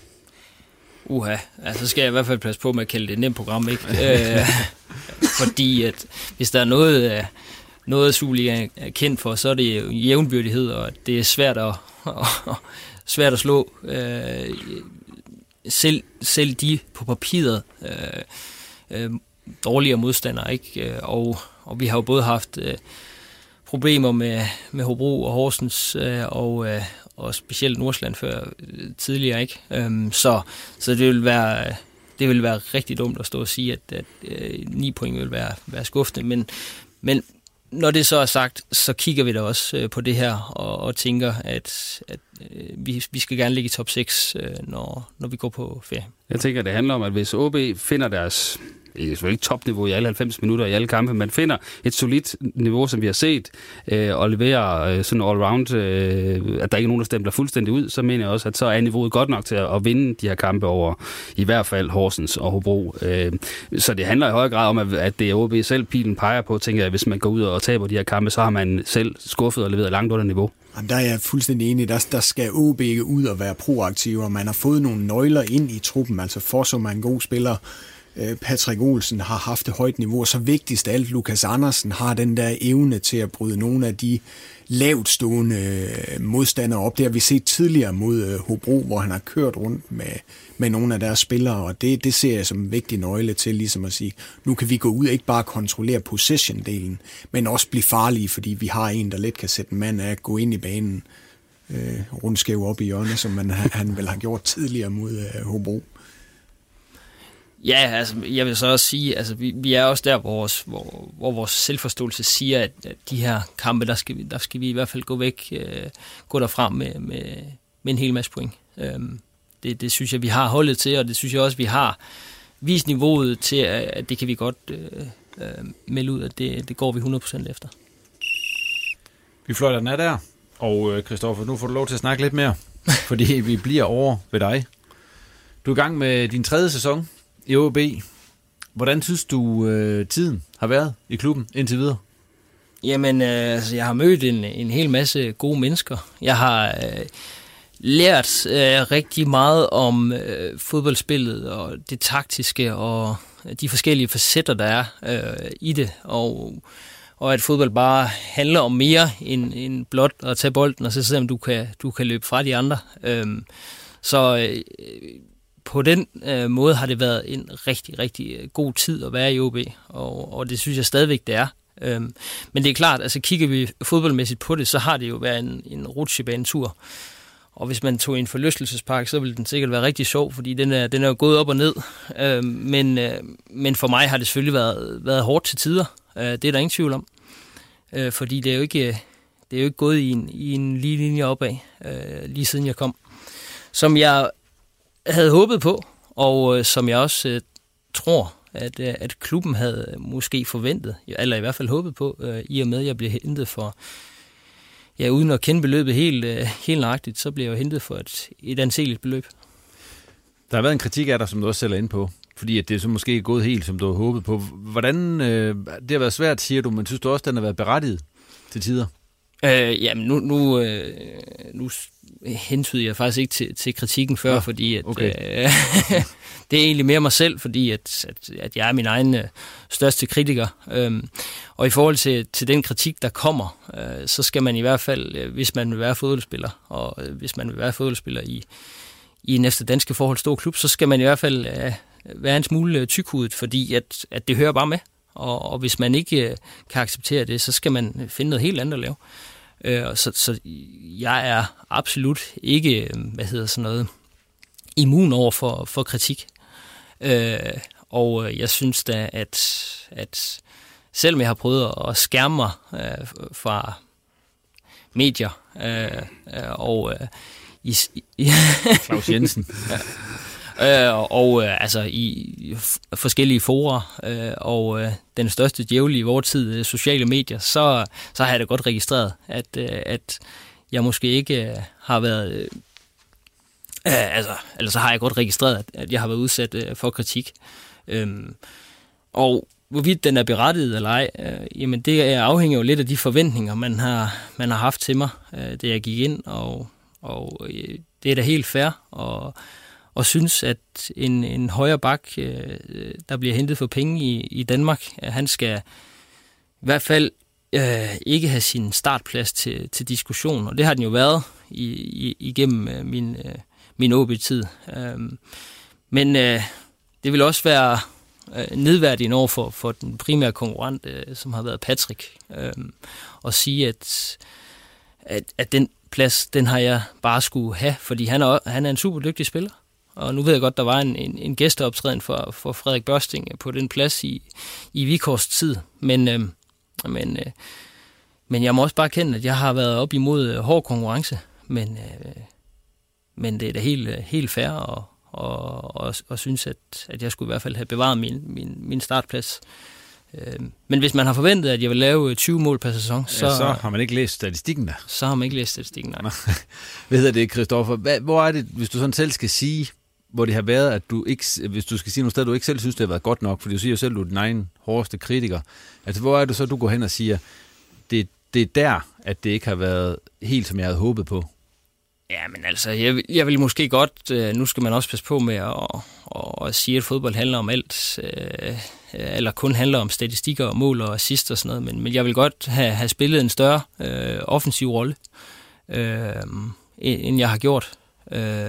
[SPEAKER 10] Uha, altså skal jeg i hvert fald passe på med at kalde det et nemt program, ikke? øh, fordi at hvis der er noget... Øh, Noget, Superligaen er kendt for, så er det jo jævnbyrdighed, og det er svært at, svært at slå. Øh, selv, selv de på papiret øh, øh, dårligere modstandere, ikke? Og, og vi har jo både haft øh, problemer med, med Hobro og Horsens, øh, og, øh, og specielt Nordsjælland før øh, tidligere, ikke? Øh, så, så det vil være... Det vil være rigtig dumt at stå og sige, at, at øh, ni point vil være, være skuffende, men, men når det så er sagt, så kigger vi da også øh, på det her og, og tænker, at, at øh, vi, vi skal gerne ligge i top seks, øh, når, når vi går på ferie.
[SPEAKER 9] Jeg tænker, det handler om, at hvis O B finder deres, selvfølgelig ikke topniveau i alle halvfems minutter i alle kampe, men finder et solidt niveau, som vi har set, øh, og leverer øh, sådan all-round, øh, at der ikke er nogen, der stempler fuldstændig ud, så mener jeg også, at så er niveauet godt nok til at, at vinde de her kampe over i hvert fald Horsens og Hobro. Øh, så det handler i høj grad om, at, at det er O B selv pilen peger på, tænker jeg, at hvis man går ud og taber de her kampe, så har man selv skuffet og leveret langt under niveau.
[SPEAKER 3] Jamen, der er jeg fuldstændig enig. Der, der skal O B ud og være proaktiv, og man har fået nogle nøgler ind i truppen, altså Fossum er en god spiller, Patrick Olsen har haft et højt niveau, og så vigtigst af alt, Lukas Andersen har den der evne til at bryde nogle af de lavtstående modstandere op. Det har vi set tidligere mod Hobro, hvor han har kørt rundt med, med nogle af deres spillere, og det, det ser jeg som en vigtig nøgle til, ligesom at sige, nu kan vi gå ud og ikke bare kontrollere possession-delen, men også blive farlige, fordi vi har en, der let kan sætte en mand af, gå ind i banen, øh, rundskæv op i hjørnet, som man, han vel har gjort tidligere mod øh, Hobro.
[SPEAKER 10] Ja, altså, jeg vil så også sige, altså, vi, vi er også der, hvor vores, hvor, hvor vores selvforståelse siger, at, at de her kampe, der skal, vi, der skal vi i hvert fald gå væk, øh, gå derfra med, med, med en hel masse point. Øhm, det, det synes jeg, vi har holdet til, og det synes jeg også, vi har vist niveauet til, at, at det kan vi godt øh, øh, melde ud, at det, det går vi hundrede procent efter.
[SPEAKER 8] Vi fløjter den af der, og Kristoffer, nu får du lov til at snakke lidt mere, fordi vi bliver over ved dig. Du er i gang med din tredje sæson i O B. Hvordan synes du, øh, tiden har været i klubben indtil videre?
[SPEAKER 10] Jamen, øh, altså, jeg har mødt en, en hel masse gode mennesker. Jeg har øh, lært øh, rigtig meget om øh, fodboldspillet og det taktiske og de forskellige facetter, der er øh, i det. Og, og at fodbold bare handler om mere end, end blot at tage bolden og så se, om du kan, du kan løbe fra de andre. Øh, så... Øh, På den øh, måde har det været en rigtig, rigtig god tid at være i O B, og, og det synes jeg stadigvæk, det er. Øhm, men det er klart, altså kigger vi fodboldmæssigt på det, så har det jo været en, en rutsjebanetur. Og hvis man tog en forlystelsespark, så ville den sikkert være rigtig sjov, fordi den er, den er jo gået op og ned. Øhm, men, øh, men for mig har det selvfølgelig været, været hårdt til tider. Øh, det er der ingen tvivl om. Øh, fordi det er jo ikke, det er jo ikke gået i en, i en lige linje opad, øh, lige siden jeg kom. Som jeg havde håbet på, og øh, som jeg også øh, tror, at, øh, at klubben havde måske forventet, eller i hvert fald håbet på, øh, i og med, at jeg blev hentet for, ja, uden at kende beløbet helt, øh, helt nøjagtigt, så blev jeg jo hentet for et, et anseligt beløb.
[SPEAKER 8] Der har været en kritik af dig, som du også selv er inde på, fordi at det er så måske gået helt, som du havde håbet på. Hvordan, øh, det har været svært, siger du, men synes du også, den har været berettiget til tider?
[SPEAKER 10] Øh, jamen, nu, nu, øh, nu hentyder jeg faktisk ikke til, til kritikken før, ja, fordi at, okay. øh, det er egentlig mere mig selv, fordi at, at, at jeg er min egen øh, største kritiker. Øhm, og i forhold til, til den kritik, der kommer, øh, så skal man i hvert fald, øh, hvis man vil være fodboldspiller, og øh, hvis man vil være fodboldspiller i, i en efter danske forhold stor klub, så skal man i hvert fald øh, være en smule tykhudet, fordi at, at det hører bare med. Og, og hvis man ikke øh, kan acceptere det, så skal man finde noget helt andet at lave. Øh, så, så jeg er absolut ikke, hvad hedder sådan noget, immun over for, for kritik. Øh, og jeg synes da, at, at selvom jeg har prøvet at skærme mig øh, fra medier øh, og øh, i, i
[SPEAKER 8] Claus Jensen.
[SPEAKER 10] ja. Øh, og øh, altså i f- forskellige forer øh, og øh, den største djævel i vores tid, øh, sociale medier, så, så har jeg da godt registreret, at, øh, at jeg måske ikke øh, har været... Øh, øh, altså, eller så har jeg godt registreret, at, at jeg har været udsat øh, for kritik. Øhm, og hvorvidt den er berettiget eller ej, øh, jamen det afhænger jo lidt af de forventninger, man har, man har haft til mig, øh, da jeg gik ind, og, og øh, det er da helt fair, og og synes, at en, en højre bak, øh, der bliver hentet for penge i, i Danmark, han skal i hvert fald øh, ikke have sin startplads til, til diskussion. Og det har den jo været i, i, igennem øh, min, øh, min O B-tid. Øh, men øh, det vil også være øh, nedværdigende over for, for den primære konkurrent, øh, som har været Patrick, øh, og sige, at, at, at den plads, den har jeg bare skulle have, fordi han er, han er en super dygtig spiller. Og nu ved jeg godt, der var en, en, en gæsteoptræden for, for Frederik Børsting på den plads i, i Vikors tid. Men, øh, men, øh, men jeg må også bare kende, at jeg har været op imod øh, hård konkurrence. Men, øh, men det er da helt, helt fair og, og, og, og synes, at, at jeg skulle i hvert fald have bevaret min, min, min startplads. Øh, men hvis man har forventet, at jeg vil lave tyve mål per sæson, så,
[SPEAKER 8] ja, så har man ikke læst statistikken der.
[SPEAKER 10] Så har man ikke læst statistikken, nej.
[SPEAKER 8] Hvad hedder det, Christoffer? Hvad, hvor er det, hvis du sådan selv skal sige, hvor det har været, at du ikke, hvis du skal sige noget sted, du ikke selv synes, det har været godt nok, fordi du siger jo selv, at du er din egen hårdeste kritiker. Altså, hvor er det så, du går hen og siger, det, det er der, at det ikke har været helt, som jeg havde håbet på?
[SPEAKER 10] Ja, men altså, jeg, jeg vil måske godt, øh, nu skal man også passe på med at, at, at sige, at fodbold handler om alt, øh, eller kun handler om statistikker og mål og assist og sådan noget, men, men jeg vil godt have, have spillet en større øh, offensiv rolle, øh, end jeg har gjort. Øh,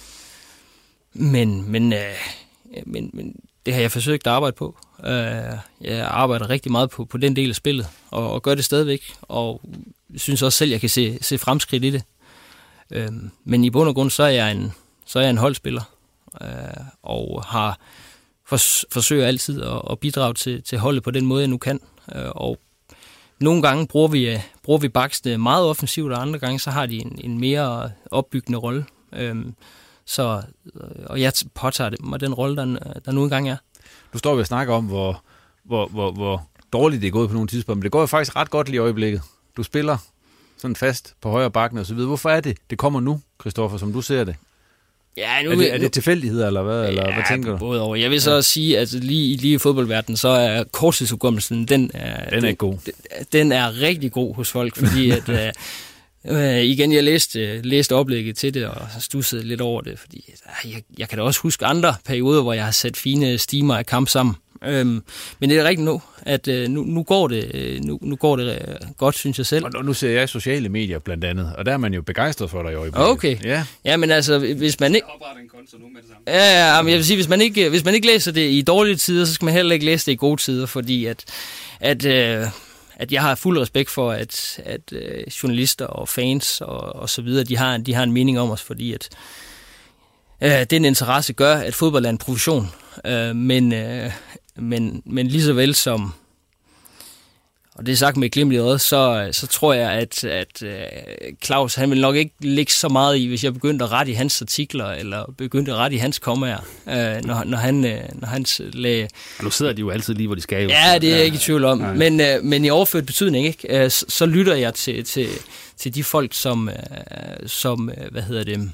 [SPEAKER 10] men, men, øh, men, men det har jeg forsøgt at arbejde på. Øh, jeg arbejder rigtig meget på, på den del af spillet, og, og gør det stadigvæk, og synes også selv, at jeg kan se, se fremskridt i det. Øh, men i bund og grund, så er jeg en, så er jeg en holdspiller, øh, og har fors, forsøger altid at, at bidrage til, til holdet på den måde, jeg nu kan. Øh, og nogle gange bruger vi, bruger vi baksene meget offensivt, og andre gange så har de en, en mere opbyggende rolle. Øh, så, og jeg påtager det mig den rolle, der, der nu engang er.
[SPEAKER 8] Nu står vi og snakker om, hvor, hvor, hvor, hvor dårligt det er gået på nogle tidspunkter, men det går jo faktisk ret godt lige i øjeblikket. Du spiller sådan fast på højre bakken og så videre. Hvorfor er det, det kommer nu, Christoffer, som du ser det?
[SPEAKER 10] Ja, nu,
[SPEAKER 8] er, det er det tilfældigheder, eller hvad?
[SPEAKER 10] Ja,
[SPEAKER 8] eller hvad tænker du?
[SPEAKER 10] Både over. Jeg vil så ja. sige, at lige, lige i fodboldverdenen, så er korttidshukommelsen, den er,
[SPEAKER 8] den er den, god.
[SPEAKER 10] Den, den er rigtig god hos folk, fordi at, øh, igen, jeg læste, læste oplægget til det, og stussede lidt over det, fordi jeg, jeg kan da også huske andre perioder, hvor jeg har sat fine stimer af kamp sammen. Øhm, men det er rigtigt nu, at øh, nu, nu, går det, nu, nu går det øh, godt, synes jeg selv.
[SPEAKER 8] Og nu ser jeg sociale medier blandt andet, og der er man jo begejstret for dig i øjeblikket.
[SPEAKER 10] Okay. Ja. Ja, men altså, hvis man ikke... oprette en konto nu med det samme. Ja, ja, men jeg vil sige, hvis man ikke, hvis man ikke læser det i dårlige tider, så skal man heller ikke læse det i gode tider, fordi at, at, øh, at jeg har fuld respekt for, at, at øh, journalister og fans og, og så videre, de har, de har en mening om os, fordi at øh, den interesse gør, at fodbold er en profession, øh, men... Øh, Men, men lige så vel som, og det er sagt med et glimt i øjet, så, så tror jeg, at, at Claus, han vil nok ikke ligge så meget i, hvis jeg begyndte at rette i hans artikler, eller begyndte at rette i hans kommaer, øh, når, når han, når han lagde...
[SPEAKER 9] Og nu sidder de jo altid lige, hvor de skal jo.
[SPEAKER 10] Ja, det er jeg ikke i tvivl om. Men, øh, men i overført betydning, ikke? Øh, så, så lytter jeg til, til, til de folk, som, øh, som, hvad hedder det,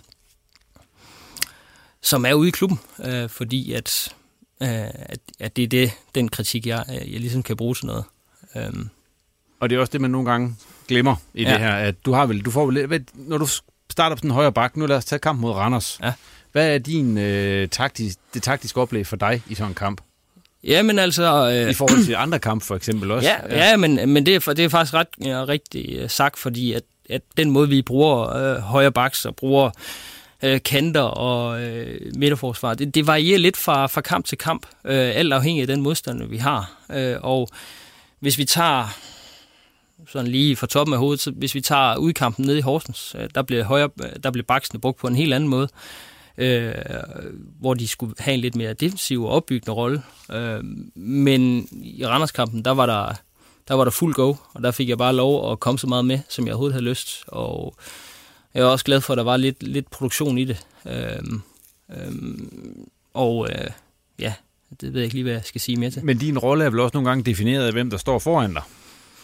[SPEAKER 10] som er ude i klubben, øh, fordi at... At, at det er det, den kritik, jeg, jeg ligesom kan bruge til noget. Um.
[SPEAKER 8] Og det er også det, man nogle gange glemmer i ja. det her, at du har vel, du får vel, når du starter på den højre bak, nu lad os tage kamp mod Randers.
[SPEAKER 10] Ja.
[SPEAKER 8] Hvad er din øh, taktisk, det taktiske oplæg for dig i sådan en kamp?
[SPEAKER 10] Jamen altså... Øh,
[SPEAKER 8] I forhold til andre kampe for eksempel også?
[SPEAKER 10] Ja, ja. ja men, men det, er, det er faktisk ret ja, rigtig sagt, fordi at, at den måde, vi bruger øh, højre baks og bruger øh, kanter og øh, midterforsvar, det, det varierer lidt fra, fra kamp til kamp, øh, alt afhængig af den modstander, vi har. Øh, og hvis vi tager... sådan lige fra toppen af hovedet, så hvis vi tager udkampen nede i Horsens, der blev, højre, der blev baksene brugt på en helt anden måde, øh, hvor de skulle have en lidt mere defensiv og opbyggende rolle. Øh, men i Randerskampen, der var der, der var der fuld go, og der fik jeg bare lov at komme så meget med, som jeg overhovedet havde lyst. Og jeg er også glad for, at der var lidt, lidt produktion i det. Øh, øh, og øh, ja, det ved jeg ikke lige, hvad jeg skal sige mere til.
[SPEAKER 8] Men din rolle er vel også nogle gange defineret af, hvem der står foran dig?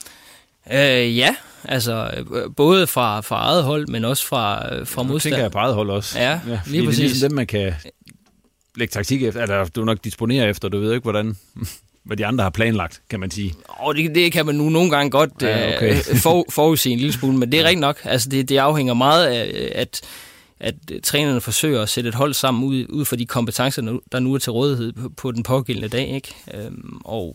[SPEAKER 10] Øh, ja, altså både fra, fra eget hold, men også fra, fra modstand. Nu
[SPEAKER 8] tænker jeg på eget hold også.
[SPEAKER 10] Ja,
[SPEAKER 8] ja
[SPEAKER 10] lige præcis.
[SPEAKER 8] Det er ligesom dem, man kan lægge taktik efter, eller du nok disponerer efter, du ved ikke, hvordan, hvad de andre har planlagt, kan man sige.
[SPEAKER 10] Oh, det, det kan man nu nogle gange godt ja, okay. øh, for, forudse en lille smule, men det er rigtigt nok. Altså det, det afhænger meget af, at, at trænerne forsøger at sætte et hold sammen ud, ud for de kompetencer, der nu er til rådighed på, på den pågældende dag, ikke? Øhm, og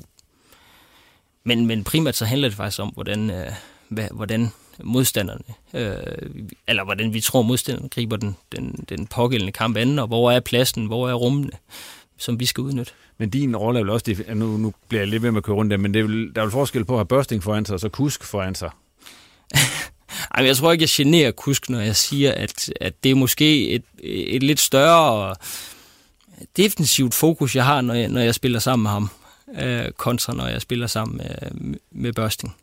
[SPEAKER 10] Men, men primært så handler det faktisk om, hvordan, øh, hvad, hvordan modstanderne, øh, eller hvordan vi tror modstanderne griber den, den, den pågældende kamp an, og hvor er pladsen, hvor er rummene, som vi skal udnytte. Men
[SPEAKER 8] din rolle er vel også, det, nu, nu bliver jeg lidt ved med at køre rundt der, men det er vel, der er vel forskel på at have Børsting foran sig, og så Kusk foran sig?
[SPEAKER 10] Ej, jeg tror ikke, jeg generer Kusk, når jeg siger, at, at det er måske et, et lidt større defensivt fokus, jeg har, når jeg, når jeg spiller sammen med ham. Kontra, når jeg spiller sammen med, med Børsting.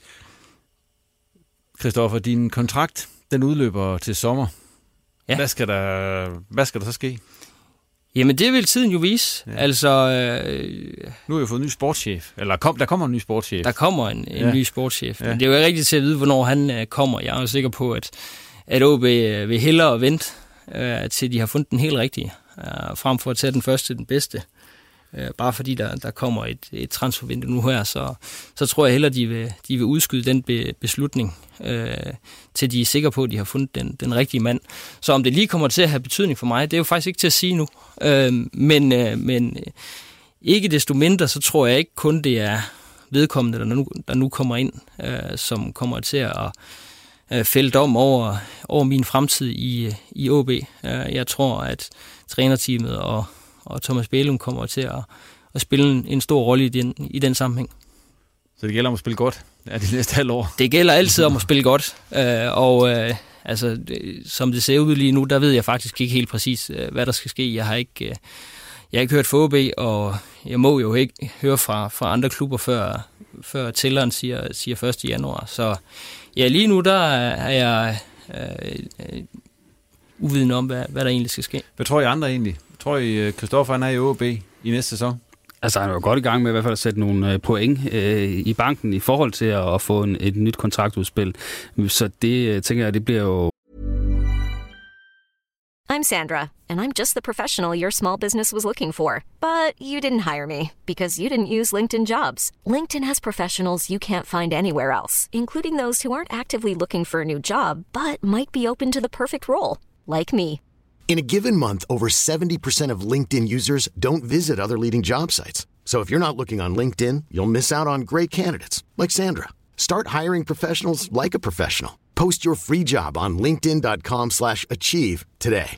[SPEAKER 8] Christoffer, din kontrakt, den udløber til sommer.
[SPEAKER 10] Ja.
[SPEAKER 8] Hvad skal der, hvad skal der så ske?
[SPEAKER 10] Jamen, det vil tiden jo vise. Ja. Altså, øh,
[SPEAKER 8] nu har jeg fået en ny sportschef. Eller kom, der kommer en ny sportschef.
[SPEAKER 10] Der kommer en, en ja. ny sportschef.
[SPEAKER 8] Ja.
[SPEAKER 10] Men det er jo ikke rigtigt til at vide, hvornår han øh, kommer. Jeg er jo sikker på, at, at O B øh, vil hellere vente, øh, til de har fundet den helt rigtige. Øh, frem for at tage den første, den bedste. Bare fordi der, der kommer et, et transfervindue nu her, så, så tror jeg hellere, de vil, de vil udskyde den be, beslutning, øh, til de er sikre på, at de har fundet den, den rigtige mand. Så om det lige kommer til at have betydning for mig, det er jo faktisk ikke til at sige nu. Øh, men, øh, men ikke desto mindre, så tror jeg ikke kun, det er vedkommende, der nu, der nu kommer ind, øh, som kommer til at øh, fælde dom over, over min fremtid i, i O B. Øh, jeg tror, at trænerteamet og og Thomas Bælum kommer til at, at spille en, en stor rolle i den, i den sammenhæng.
[SPEAKER 8] Så det gælder om at spille godt ja, de næste halv år?
[SPEAKER 10] Det gælder altid om at spille godt, øh, og øh, altså, det, som det ser ud lige nu, der ved jeg faktisk ikke helt præcis, øh, hvad der skal ske. Jeg har ikke, øh, jeg har ikke hørt fra O B, og jeg må jo ikke høre fra, fra andre klubber, før, før tælleren siger, siger første januar. Så ja, lige nu der er jeg øh, øh, uvidende om, hvad, hvad der egentlig skal ske.
[SPEAKER 8] Hvad tror I andre egentlig? Tror I, Christoffer han er i O B i næste sæson?
[SPEAKER 9] Altså, han er jo godt i gang med i hvert fald at sætte nogle point øh, i banken i forhold til at, at få en, et nyt kontraktudspil. Så det, tænker jeg, det bliver jo...
[SPEAKER 11] I'm Sandra, and I'm just the professional your small business was looking for. But you didn't hire me, because you didn't use LinkedIn Jobs. LinkedIn has professionals you can't find anywhere else, including those who aren't actively looking for a new job, but might be open to the perfect role, like me.
[SPEAKER 5] In a given month, over seventy percent of LinkedIn users don't visit other leading job sites. So if you're not looking on LinkedIn, you'll miss out on great candidates like Sandra. Start hiring professionals like a professional. Post your free job on linkedin dot com slash achieve today.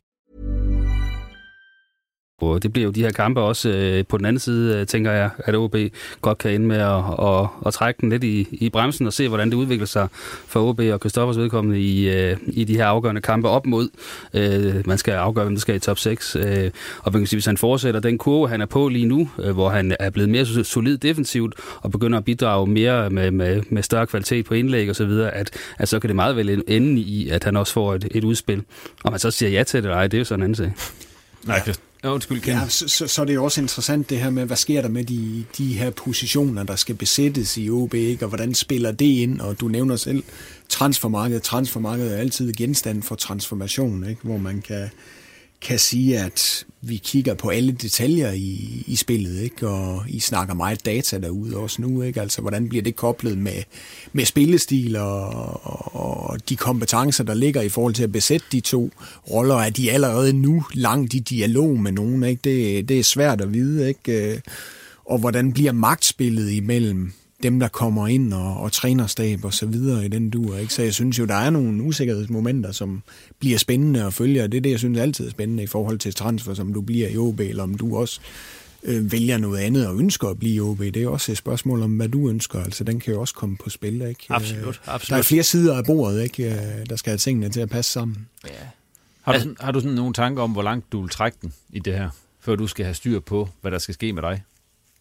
[SPEAKER 9] Og det bliver jo de her kampe også øh, på den anden side, øh, tænker jeg, at O B godt kan ende med at, at, at trække den lidt i, i bremsen og se, hvordan det udvikler sig for O B og Christoffers vedkommende i, øh, i de her afgørende kampe op mod. Øh, man skal afgøre, hvem der skal i top seks. Øh, og man kan sige, hvis han fortsætter den kurve, han er på lige nu, øh, hvor han er blevet mere solid defensivt og begynder at bidrage mere med, med, med større kvalitet på indlæg og så videre, at, at så kan det meget vel ende i, at han også får et, et udspil. Og man så siger ja til det, eller ej, det er jo sådan en anden sag.
[SPEAKER 8] Nej, Ja, undskyld,
[SPEAKER 3] ja, så, så, så er det jo også interessant det her med, hvad sker der med de, de her positioner, der skal besættes i O B, ikke? Og hvordan spiller det ind? Og du nævner selv transfermarkedet. Transfermarkedet er altid genstand for transformation, ikke? Hvor man kan, kan sige, at vi kigger på alle detaljer i, i spillet, ikke? Og I snakker meget data derude også nu, ikke? Altså, hvordan bliver det koblet med, med spillestil og, og de kompetencer, der ligger i forhold til at besætte de to roller? Er de allerede nu langt i dialog med nogen, ikke? Det, det er svært at vide, ikke? Og hvordan bliver magtspillet imellem dem, der kommer ind og, og trænerstab og så videre i den duer, ikke? Så jeg synes jo, der er nogle usikkerhedsmomenter, som bliver spændende at følge, og det er det, jeg synes altid er spændende i forhold til transfer, som du bliver i O B, eller om du også øh, vælger noget andet og ønsker at blive i O B. Det er også et spørgsmål om, hvad du ønsker, altså den kan jo også komme på spil, ikke?
[SPEAKER 10] Absolut, absolut.
[SPEAKER 3] Der er flere sider af bordet, ikke? Der skal have tingene til at passe sammen.
[SPEAKER 10] Ja.
[SPEAKER 8] Har du, har du sådan nogle tanker om, hvor langt du vil trække den i det her, før du skal have styr på, hvad der skal ske med dig?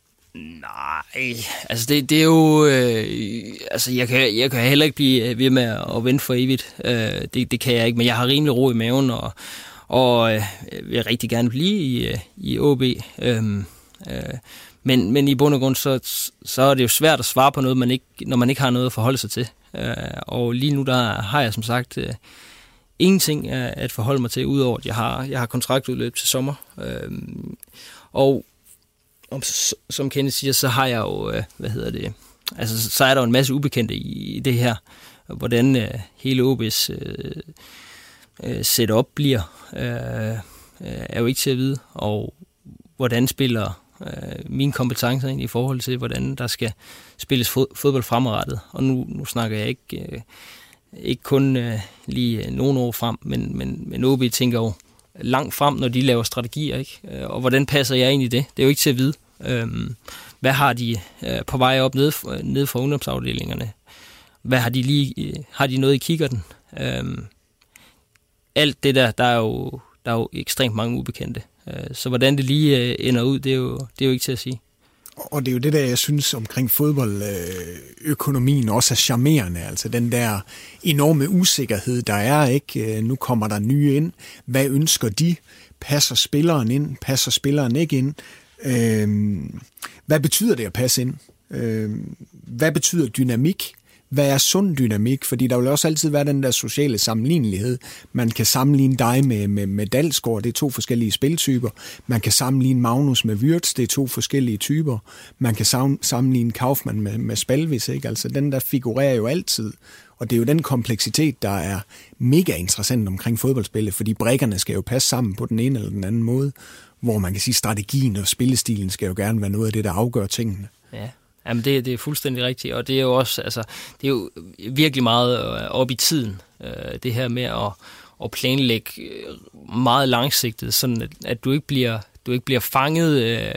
[SPEAKER 10] Nej, altså det, det er jo, øh, altså jeg kan, jeg kan heller ikke blive ved med at vente for evigt, øh, det, det kan jeg ikke, men jeg har rimelig ro i maven, og, og øh, vil rigtig gerne blive i, i O B, øh, øh, men, men i bund og grund, så, så er det jo svært at svare på noget, man ikke, når man ikke har noget at forholde sig til, øh, og lige nu der har jeg som sagt øh, ingenting at forholde mig til, udover at jeg har, jeg har kontraktudløb til sommer, øh, og Og som Kenneth siger, så har jeg jo, hvad hedder det, altså så er der jo en masse ubekendte i det her, hvordan øh, hele O B's øh, setup bliver, øh, er jo ikke til at vide, og hvordan spiller øh, mine kompetencer ind i forhold til, hvordan der skal spilles fod, fodbold fremadrettet. Og nu, nu snakker jeg ikke, øh, ikke kun øh, lige nogle år frem, men, men, men O B tænker jo langt frem, når de laver strategier, ikke? Og hvordan passer jeg ind i det? Det er jo ikke til at vide. Øhm, hvad har de øh, på vej op ned, ned fra ungdomsafdelingerne? Hvad har de lige, har de noget i kikkerten? Øhm, alt det der, der er jo, der er jo ekstremt mange ubekendte. Øh, så hvordan det lige øh, ender ud, det er, jo, det er jo ikke til at sige.
[SPEAKER 3] Og det er jo det der, jeg synes omkring fodboldøkonomien også er charmerende. Altså den der enorme usikkerhed, der er, ikke? Nu kommer der nye ind. Hvad ønsker de? Passer spilleren ind? Passer spilleren ikke ind? Øhm, hvad betyder det at passe ind? Øhm, hvad betyder dynamik? Hvad er sund dynamik? Fordi der vil også altid være den der sociale sammenlignelighed. Man kan sammenligne dig med, med, med Dalsgaard, det er to forskellige spiltyper. Man kan sammenligne Magnus med Wirtz, det er to forskellige typer. Man kan sammenligne Kaufmann med, med Spalvis, ikke? Altså den der figurerer jo altid. Og det er jo den kompleksitet, der er mega interessant omkring fodboldspillet, fordi brikkerne skal jo passe sammen på den ene eller den anden måde, hvor man kan sige, strategien og spillestilen skal jo gerne være noget af det, der afgør tingene.
[SPEAKER 10] Ja. Jamen det, det er fuldstændig rigtigt, og det er jo også, altså, det er jo virkelig meget op i tiden, det her med at, at planlægge meget langsigtet, sådan at, at du ikke bliver, du ikke bliver fanget, øh,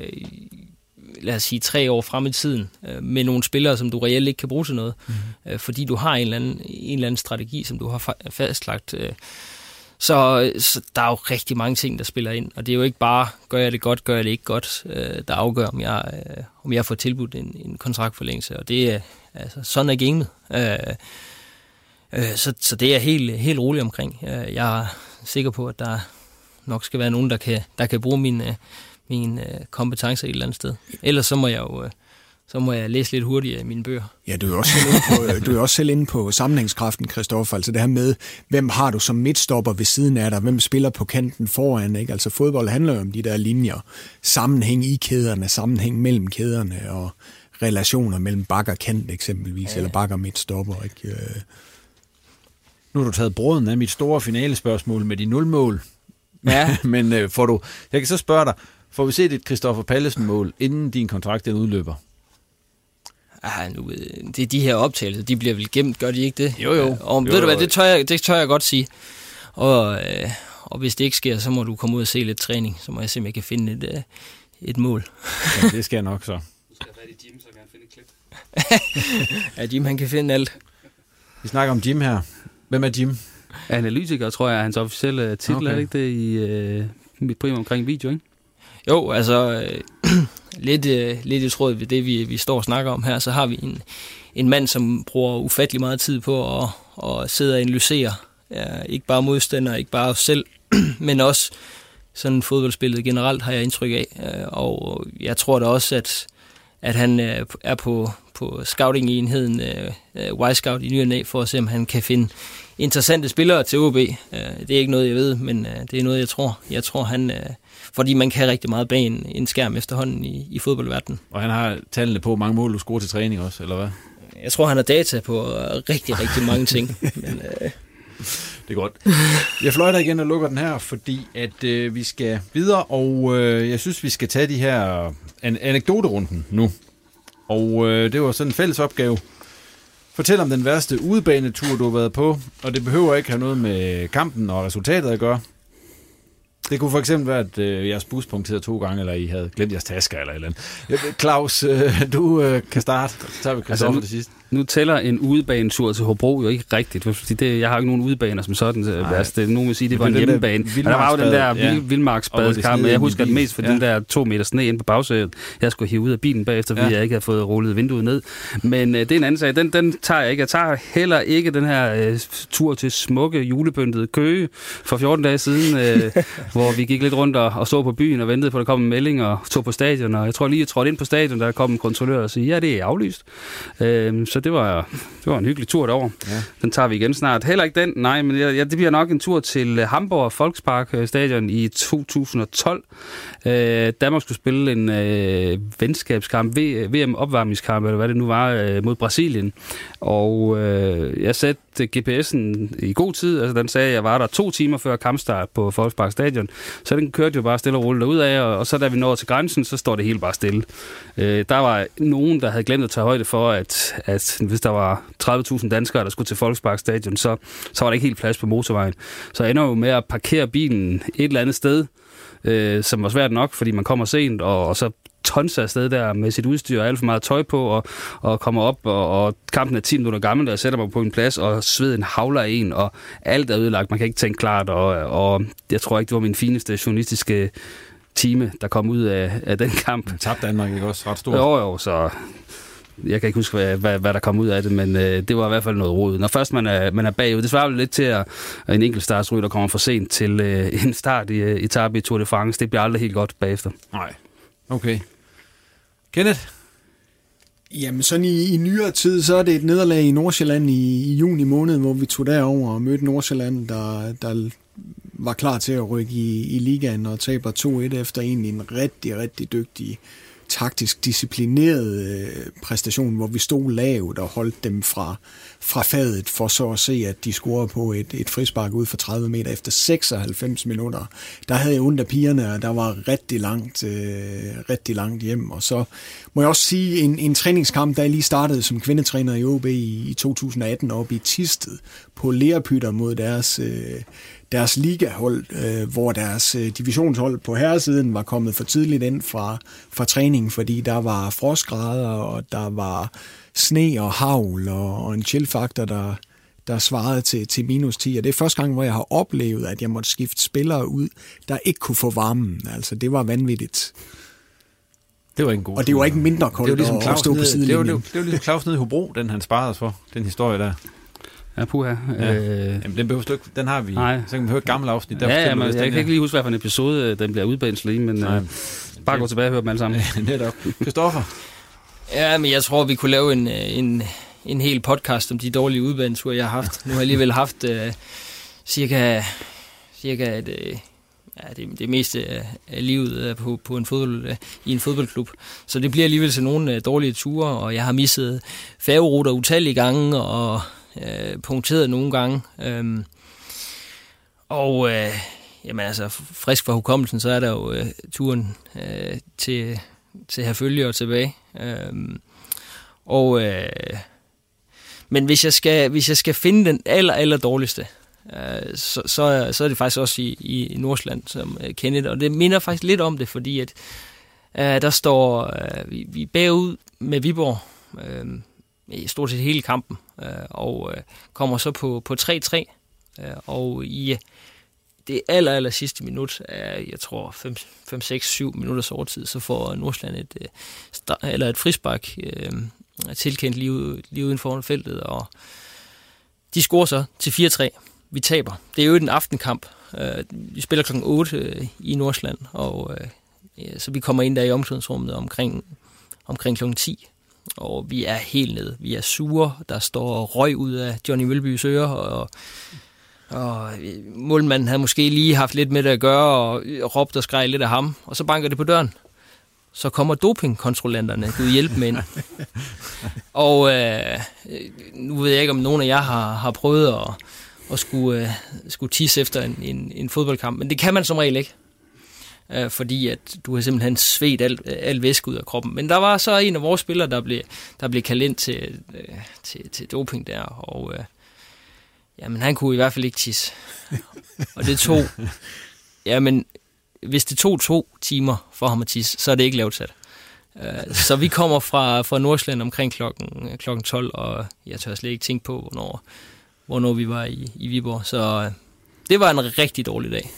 [SPEAKER 10] lad os sige, tre år frem i tiden, øh, med nogle spillere, som du reelt ikke kan bruge til noget, mm-hmm. øh, fordi du har en eller anden, en eller anden strategi, som du har fastlagt. Øh. Så, så der er jo rigtig mange ting, der spiller ind, og det er jo ikke bare, gør jeg det godt, gør jeg det ikke godt, øh, der afgør, om jeg, øh, om jeg får tilbudt en, en kontraktforlængelse, og det er, altså, sådan er gamet. Øh, øh, så, så det er helt, helt roligt omkring. Øh, jeg er sikker på, at der nok skal være nogen, der kan, der kan bruge mine, mine kompetencer et eller andet sted. Ellers så må jeg jo... Øh, så må jeg læse lidt hurtigere i mine bøger.
[SPEAKER 3] Ja, du er jo også selv inde på, du er også selv inde på sammenhængskraften, Christoffer. Altså det her med, hvem har du som midtstopper ved siden af dig? Hvem spiller på kanten foran? Ikke? Altså fodbold handler jo om de der linjer. Sammenhæng i kæderne, sammenhæng mellem kæderne og relationer mellem bak og kant eksempelvis, ja. Eller bak og midtstopper. Ikke?
[SPEAKER 8] Nu har du taget bråden af mit store finalespørgsmål med de nulmål. Ja. Men øh, får du... Jeg kan så spørge dig, får vi set et Christoffer Pallesen-mål, inden din kontrakt den udløber?
[SPEAKER 10] Ah, nu, det er de her optagelser, de bliver vel gemt, gør de ikke det?
[SPEAKER 8] Jo, jo.
[SPEAKER 10] Og
[SPEAKER 8] jo,
[SPEAKER 10] ved du hvad,
[SPEAKER 8] jo.
[SPEAKER 10] det tør jeg, det tør jeg godt sige. Og, øh, og hvis det ikke sker, så må du komme ud og se lidt træning, så må jeg simpelthen kan finde et, øh, et mål.
[SPEAKER 8] Ja, det skal jeg nok så.
[SPEAKER 9] Du skal have fat i Jim, så kan han finde et klip.
[SPEAKER 10] Ja, Jim, han kan finde alt.
[SPEAKER 8] Vi snakker om Jim her. Hvem er Jim?
[SPEAKER 9] Analytiker, tror jeg, er hans officielle titel, okay. Er det ikke det i øh, mit primært omkring video, ikke?
[SPEAKER 10] Jo, altså øh, lidt, øh, lidt i tråd ved det, vi, vi står og snakker om her, så har vi en, en mand, som bruger ufattelig meget tid på at, at sidde og analysere. Ja, ikke bare modstandere, ikke bare os selv, men også sådan fodboldspillet generelt har jeg indtryk af. Og jeg tror da også, at, at han øh, er på, på scouting-enheden øh, Y-Scout i ny og næ, for at se, om han kan finde interessante spillere til O B. Øh, det er ikke noget, jeg ved, men øh, det er noget, jeg tror. Jeg tror, han... Øh, fordi man kan rigtig meget bag en, en skærm efterhånden i, i fodboldverdenen.
[SPEAKER 8] Og han har tallene på, hvor mange mål du scorer til træning også, eller hvad?
[SPEAKER 10] Jeg tror, han har data på rigtig, rigtig mange ting. Men, øh...
[SPEAKER 8] Det er godt. Jeg fløjter igen og lukker den her, fordi at øh, vi skal videre, og øh, jeg synes, vi skal tage de her an- anekdoterunden nu. Og øh, det var sådan en fælles opgave. Fortæl om den værste udebanetur, du har været på, og det behøver ikke have noget med kampen og resultatet at gøre. Det kunne for eksempel være, at øh, jeres bus punkterede to gange, eller I havde glemt jeres tasker eller et eller andet. Claus, øh, du øh, kan starte. Så tager vi Christoffer altså, det sidste.
[SPEAKER 9] Nu tæller en udebanetur til Hobro jo ikke rigtigt, fordi det, jeg har ikke nogen udebaner som sådan. Det, nogen vil sige, det var en hjemmebane. Men der var jo den der ja. vildmarksbadekamp, og jeg husker det mest for ja. den der to meter sne inde på bagsædet. Jeg skulle hive ud af bilen bagefter, fordi ja. jeg ikke havde fået rullet vinduet ned. Men øh, det er en anden sag. Den, den tager jeg ikke. Jeg tager heller ikke den her øh, tur til smukke julepyntede Køge for fjorten dage siden, øh, hvor vi gik lidt rundt og, og så på byen og ventede på, at der kom en melding og tog på stadion. Og jeg tror lige, jeg trådte ind på stadion, der kom en kontrollør og sagde, ja, det er aflyst. Øh, Så det var, det var en hyggelig tur derovre. Ja. Den tager vi igen snart. Heller ikke den, nej, men ja, det bliver nok en tur til Hamburg Volkspark Stadion i to tusind og tolv. Øh, Danmark skulle spille en øh, venskabskamp, V M-opvarmningskamp, eller hvad det nu var, øh, mod Brasilien. Og øh, jeg satte G P S'en i god tid. Altså, den sagde, at jeg var der to timer før kampstart på Volkspark Stadion. Så den kørte jo bare stille og roligt derud af, og, og så da vi når til grænsen, så står det hele bare stille. Øh, der var nogen, der havde glemt at tage højde for, at, at hvis der var tredive tusind danskere, der skulle til Volkspark Stadion, så, så var der ikke helt plads på motorvejen. Så jeg ender jo med at parkere bilen et eller andet sted, øh, som var svært nok, fordi man kommer sent, og, og så tonser afsted der med sit udstyr og alt for meget tøj på, og, og kommer op, og, og kampen er ti minutter gammel, og jeg sætter mig på en plads, og sveden havler en, og alt er ødelagt. Man kan ikke tænke klart, og, og jeg tror ikke, det var min fineste journalistiske time, der kom ud af, af den kamp.
[SPEAKER 8] Tabte Danmark ikke også ret stort?
[SPEAKER 9] Jo, jo, så jeg kan ikke huske, hvad, hvad, hvad der kom ud af det, men øh, det var i hvert fald noget rod. Når først man er, man er bagud, det svarer lidt til at en enkelt startsrytter kommer for sent til øh, en start i etape i Tour de France. Det bliver aldrig helt godt bagefter.
[SPEAKER 8] Nej, okay. Kenneth?
[SPEAKER 3] Jamen sådan i, i nyere tid, så er det et nederlag i Nordsjælland i, i juni måned, hvor vi tog derover og mødte Nordsjælland, der, der var klar til at rykke i, i ligaen og taber to et efter egentlig en rigtig, rigtig dygtig taktisk disciplineret øh, præstation, hvor vi stod lavt og holdt dem fra, fra fadet, for så at se, at de scorede på et, et frispark ud for tredive meter efter seksoghalvfems minutter. Der havde jeg ondt af pigerne, og der var rigtig langt, øh, rigtig langt hjem. Og så må jeg også sige, en, en træningskamp, der jeg lige startede som kvindetræner i O B i, i to tusind og atten oppe i Thisted på Lerpytter mod deres øh, deres ligahold, øh, hvor deres øh, divisionshold på herresiden var kommet for tidligt ind fra, fra træningen, fordi der var frostgrader, og der var sne og hagl, og, og en chill-faktor, der, der svarede til, til minus ti. Og det er første gang, hvor jeg har oplevet, at jeg måtte skifte spillere ud, der ikke kunne få varmen. Altså, det var vanvittigt.
[SPEAKER 8] Det var ikke en god.
[SPEAKER 3] Og det var ikke mindre koldt det ligesom at stå på sidelinjen.
[SPEAKER 8] Det var, det, var, det var ligesom Claus nede i Hobro, den han sparede os for, den historie der.
[SPEAKER 9] Ja, puha.
[SPEAKER 8] Ja. Øh... Jamen, den behøver ikke. Den har vi. Nej. Så kan vi høre et gammelt afsnit. Der
[SPEAKER 9] ja, ja, men jeg kan her. ikke lige huske, hvad for en episode den bliver udbændslet i, men øh, bare gå tilbage og høre dem alle sammen.
[SPEAKER 8] Netop. Christoffer?
[SPEAKER 10] Ja, men jeg tror, vi kunne lave en, en, en hel podcast om de dårlige udbandsture, jeg har haft. Nu har jeg alligevel haft øh, cirka, cirka et, øh, ja, det, det meste af livet på, på en fodbold, øh, i en fodboldklub. Så det bliver alligevel til nogle øh, dårlige ture, og jeg har misset færgeruter utallige gange, og Øh, punkteret nogle gange. Øhm, og øh, jamen altså, frisk fra hukommelsen, så er der jo øh, turen øh, til, til Herfølge og tilbage. Øhm, og, øh, men hvis jeg, skal, hvis jeg skal finde den aller, aller dårligste, øh, så, så, så er det faktisk også i, i Nordsjælland, som øh, Kenneth, og det minder faktisk lidt om det, fordi at øh, der står øh, vi, vi bagud med Viborg, øh, i stort set hele kampen, øh, og øh, kommer så på, på tre tre, øh, og i øh, det aller, aller sidste minut, er, jeg tror fem seks syv minutters overtid, så får Nordsjælland et, øh, star- eller et frispark øh, tilkendt lige, lige uden foran feltet, og de scorer så til fire tre. Vi taber. Det er jo en aftenkamp. Øh, vi spiller klokken otte øh, i Nordsjælland, og øh, ja, så vi kommer ind der i omklædningsrummet omkring omkring klokken ti. Og vi er helt nede. Vi er sure. Der står røg ud af Johnny Mølbys ører, og, og målmanden havde måske lige haft lidt med det at gøre, og råbt og skreg lidt af ham. Og så banker det på døren. Så kommer dopingkontrollanterne, Gud hjælp med ind. Og øh, nu ved jeg ikke, om nogen af jer har, har prøvet at, at skulle, øh, skulle tisse efter en, en, en fodboldkamp, men det kan man som regel ikke. Øh, fordi at du har simpelthen svedt al, al væske ud af kroppen. Men der var så en af vores spillere, der blev, der blev kaldt ind til, øh, til, til doping der, og øh, jamen, han kunne i hvert fald ikke tisse. Og det tog... Jamen, hvis det tog to timer for ham at tisse, så er det ikke lavt sat. Uh, så vi kommer fra, fra Nordsjælland omkring klokken, klokken tolv, og jeg tør slet ikke tænke på, hvornår, hvornår vi var i, i Viborg. Så uh, det var en rigtig dårlig dag.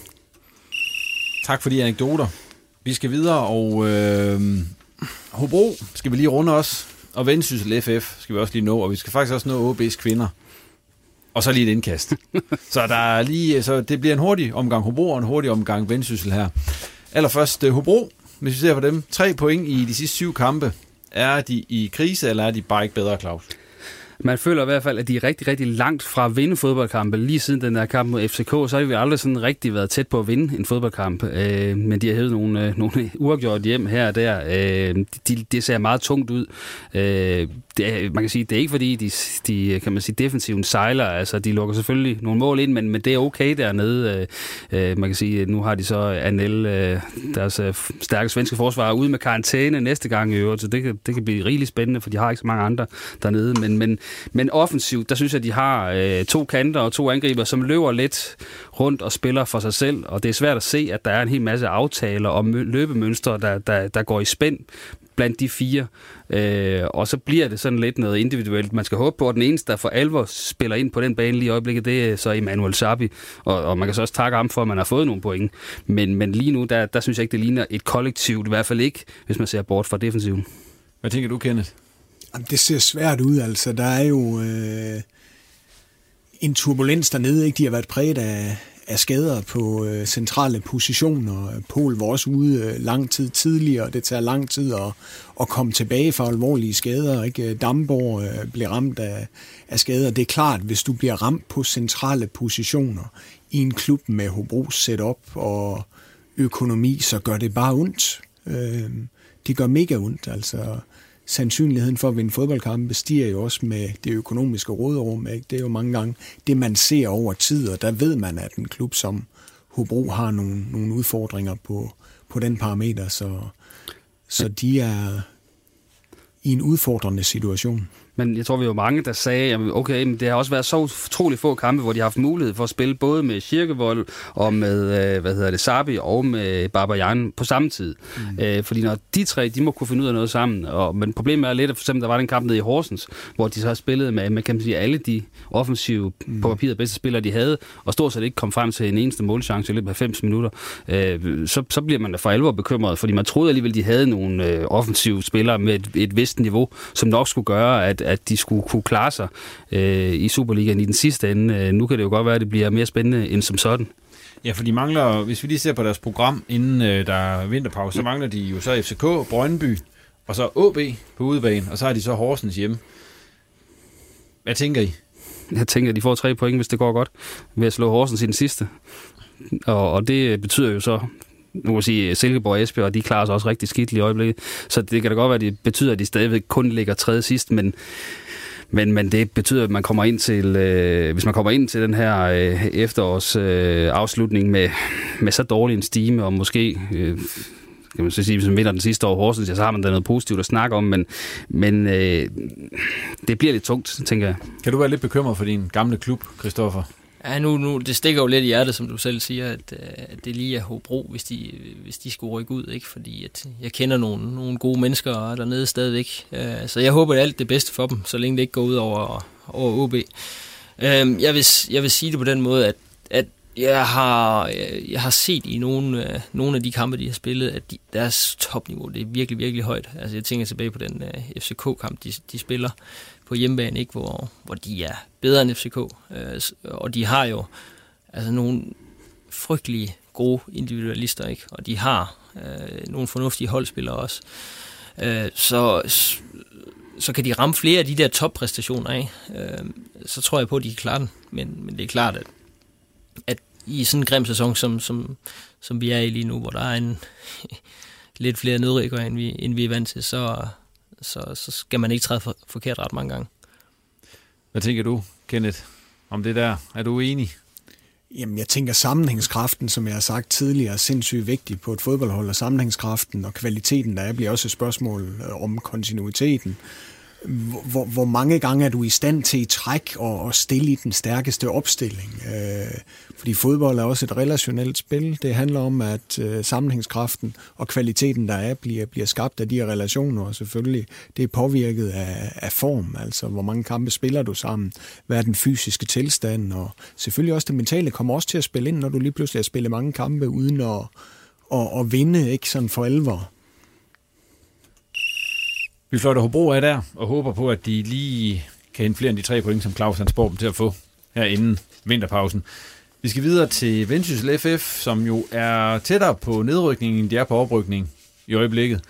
[SPEAKER 8] Tak for de anekdoter. Vi skal videre, og øh, Hobro skal vi lige runde os, og Vendsyssel F F skal vi også lige nå, og vi skal faktisk også nå O B's kvinder. Og så lige et indkast. så, der er lige, så det bliver en hurtig omgang Hobro og en hurtig omgang Vendsyssel her. Allerførst Hobro, hvis vi ser på dem. Tre point i de sidste syv kampe. Er de i krise, eller er de bare ikke bedre, Claus?
[SPEAKER 9] Man føler i hvert fald, at de er rigtig, rigtig langt fra at vinde fodboldkampe. Lige siden den der kamp mod F C K, så har vi aldrig sådan rigtig været tæt på at vinde en fodboldkamp. Øh, men de har hævet nogle, øh, nogle uafgjort hjem her og der. Øh, de, det ser meget tungt ud. Øh, det er, man kan sige, det er ikke fordi, de, de kan man sige, defensiven sejler. Altså, de lukker selvfølgelig nogle mål ind, men, men det er okay dernede. Øh, man kan sige, nu har de så Anel, øh, deres øh, stærke svenske forsvar, ude med karantæne næste gang i øvrigt, så det kan, det kan blive rigtig spændende, for de har ikke så mange andre dernede. Men, men Men offensivt, der synes jeg, at de har øh, to kanter og to angriber, som løber lidt rundt og spiller for sig selv. Og det er svært at se, at der er en hel masse aftaler og løbemønstre, der, der, der går i spænd blandt de fire. Øh, og så bliver det sådan lidt noget individuelt. Man skal håbe på, at den eneste, der for alvor spiller ind på den bane lige i øjeblikket, det er så Emmanuel Sabi. Og, og man kan så også takke ham for, at man har fået nogle point. Men, men lige nu, der, der synes jeg ikke, det ligner et kollektivt. I hvert fald ikke, hvis man ser bort fra defensiven.
[SPEAKER 8] Hvad tænker du, Kenneth?
[SPEAKER 3] Jamen, det ser svært ud, altså. Der er jo øh, en turbulens dernede, ikke? De har været præget af, af skader på øh, centrale positioner. Poul var også ude øh, lang tid tidligere, det tager lang tid at, at komme tilbage fra alvorlige skader, ikke? Damborg øh, bliver ramt af, af skader. Det er klart, hvis du bliver ramt på centrale positioner i en klub med Hobros setup og økonomi, så gør det bare ondt. Øh, det gør mega ondt, altså. Sandsynligheden for at vinde fodboldkampe stiger jo også med det økonomiske råderum. Ikke? Det er jo mange gange det, man ser over tid, og der ved man, at en klub som Hobro har nogle, nogle udfordringer på, på den parameter, så, så de er i en udfordrende situation.
[SPEAKER 9] Men jeg tror, vi var mange, der sagde, at okay, men det har også været så utroligt få kampe, hvor de har haft mulighed for at spille både med Kirkevold og med, hvad hedder det, Sabi og med Barbajan på samme tid. Mm. Øh, fordi når de tre, de må kunne finde ud af noget sammen. Og, men problemet er lidt, at for eksempel der var den kamp nede i Horsens, hvor de så har spillet med, med kan man sige, alle de offensive mm. på papiret bedste spillere, de havde, og stort set ikke kom frem til en eneste målchance i løbet af halvfems minutter. Øh, så, så bliver man da for alvor bekymret, fordi man troede alligevel, de havde nogle øh, offensive spillere med et, et vist niveau, som nok skulle gøre, at at de skulle kunne klare sig øh, i Superligaen i den sidste ende. Øh, nu kan det jo godt være, at det bliver mere spændende end som sådan.
[SPEAKER 8] Ja, for de mangler, hvis vi lige ser på deres program, inden øh, der er vinterpause, så mangler de jo så F C K, Brøndby, og så A B på udebane, og så har de så Horsens hjemme. Hvad tænker I?
[SPEAKER 9] Jeg tænker, at de får tre point, hvis det går godt, ved at slå Horsens i den sidste. Og, og det betyder jo så, nu kan jeg sige, Silkeborg og Esbjerg, og de klarer sig også rigtig skidt i øjeblikket. Så det kan da godt være, at det betyder, at de stadigvæk kun ligger tredje sidst, men, men, men det betyder, at man kommer ind til, øh, hvis man kommer ind til den her øh, efterårs øh, afslutning med, med så dårlig en stime, og måske... Øh, kan man så sige, hvis man vinder den sidste år Horsens, ja, så har man da noget positivt at snakke om, men, men øh, det bliver lidt tungt, tænker jeg.
[SPEAKER 8] Kan du være lidt bekymret for din gamle klub, Christoffer?
[SPEAKER 10] Ja, nu, nu, det stikker jo lidt i hjertet, som du selv siger, at, at det lige er Hobro, hvis de, hvis de skulle rykke ud, ikke? Fordi at jeg kender nogle, nogle gode mennesker dernede stadigvæk. Så jeg håber, at alt det bedste for dem, så længe det ikke går ud over, over O B. Jeg vil, jeg vil sige det på den måde, at, at jeg, har, jeg har set i nogle, nogle af de kampe, de har spillet, at de, deres topniveau, det er virkelig, virkelig højt. Altså jeg tænker tilbage på den F C K-kamp, de, de spiller på hjemmebane, ikke, hvor, hvor de er bedre end F C K, øh, og de har jo altså nogle frygtelige gode individualister, ikke, og de har øh, nogle fornuftige holdspillere også. øh, så, så kan de ramme flere af de der toppræstationer af. Øh, så tror jeg på, at de kan klare den. Men, men det er klart, at, at i sådan en grim sæson, som, som, som vi er i lige nu, hvor der er en lidt flere nedrykkere, end vi, end vi er vant til, så, så, så skal man ikke træde for, forkert ret mange gange.
[SPEAKER 8] Hvad tænker du, Kenneth, om det der? Er du enig?
[SPEAKER 3] Jamen, jeg tænker sammenhængskraften, som jeg har sagt tidligere, er sindssygt vigtig på et fodboldhold, og sammenhængskraften og kvaliteten, der er, bliver også et spørgsmål om kontinuiteten. Hvor, hvor mange gange er du i stand til i træk og, og stille i den stærkeste opstilling? Øh, fordi fodbold er også et relationelt spil. Det handler om, at øh, sammenhængskraften og kvaliteten, der er, bliver, bliver skabt af de her relationer, og selvfølgelig det er påvirket af, af form. Altså, hvor mange kampe spiller du sammen? Hvad er den fysiske tilstand? Og selvfølgelig også det mentale kommer også til at spille ind, når du lige pludselig har spillet mange kampe uden at, at, at vinde, ikke sådan for alvor.
[SPEAKER 8] Vi fløjter Hobro af der, og håber på, at de lige kan hente flere end de tre point, som Claus han spår dem til at få her inden vinterpausen. Vi skal videre til Vendsyssel F F, som jo er tættere på nedrykningen, end de er på oprykning i øjeblikket.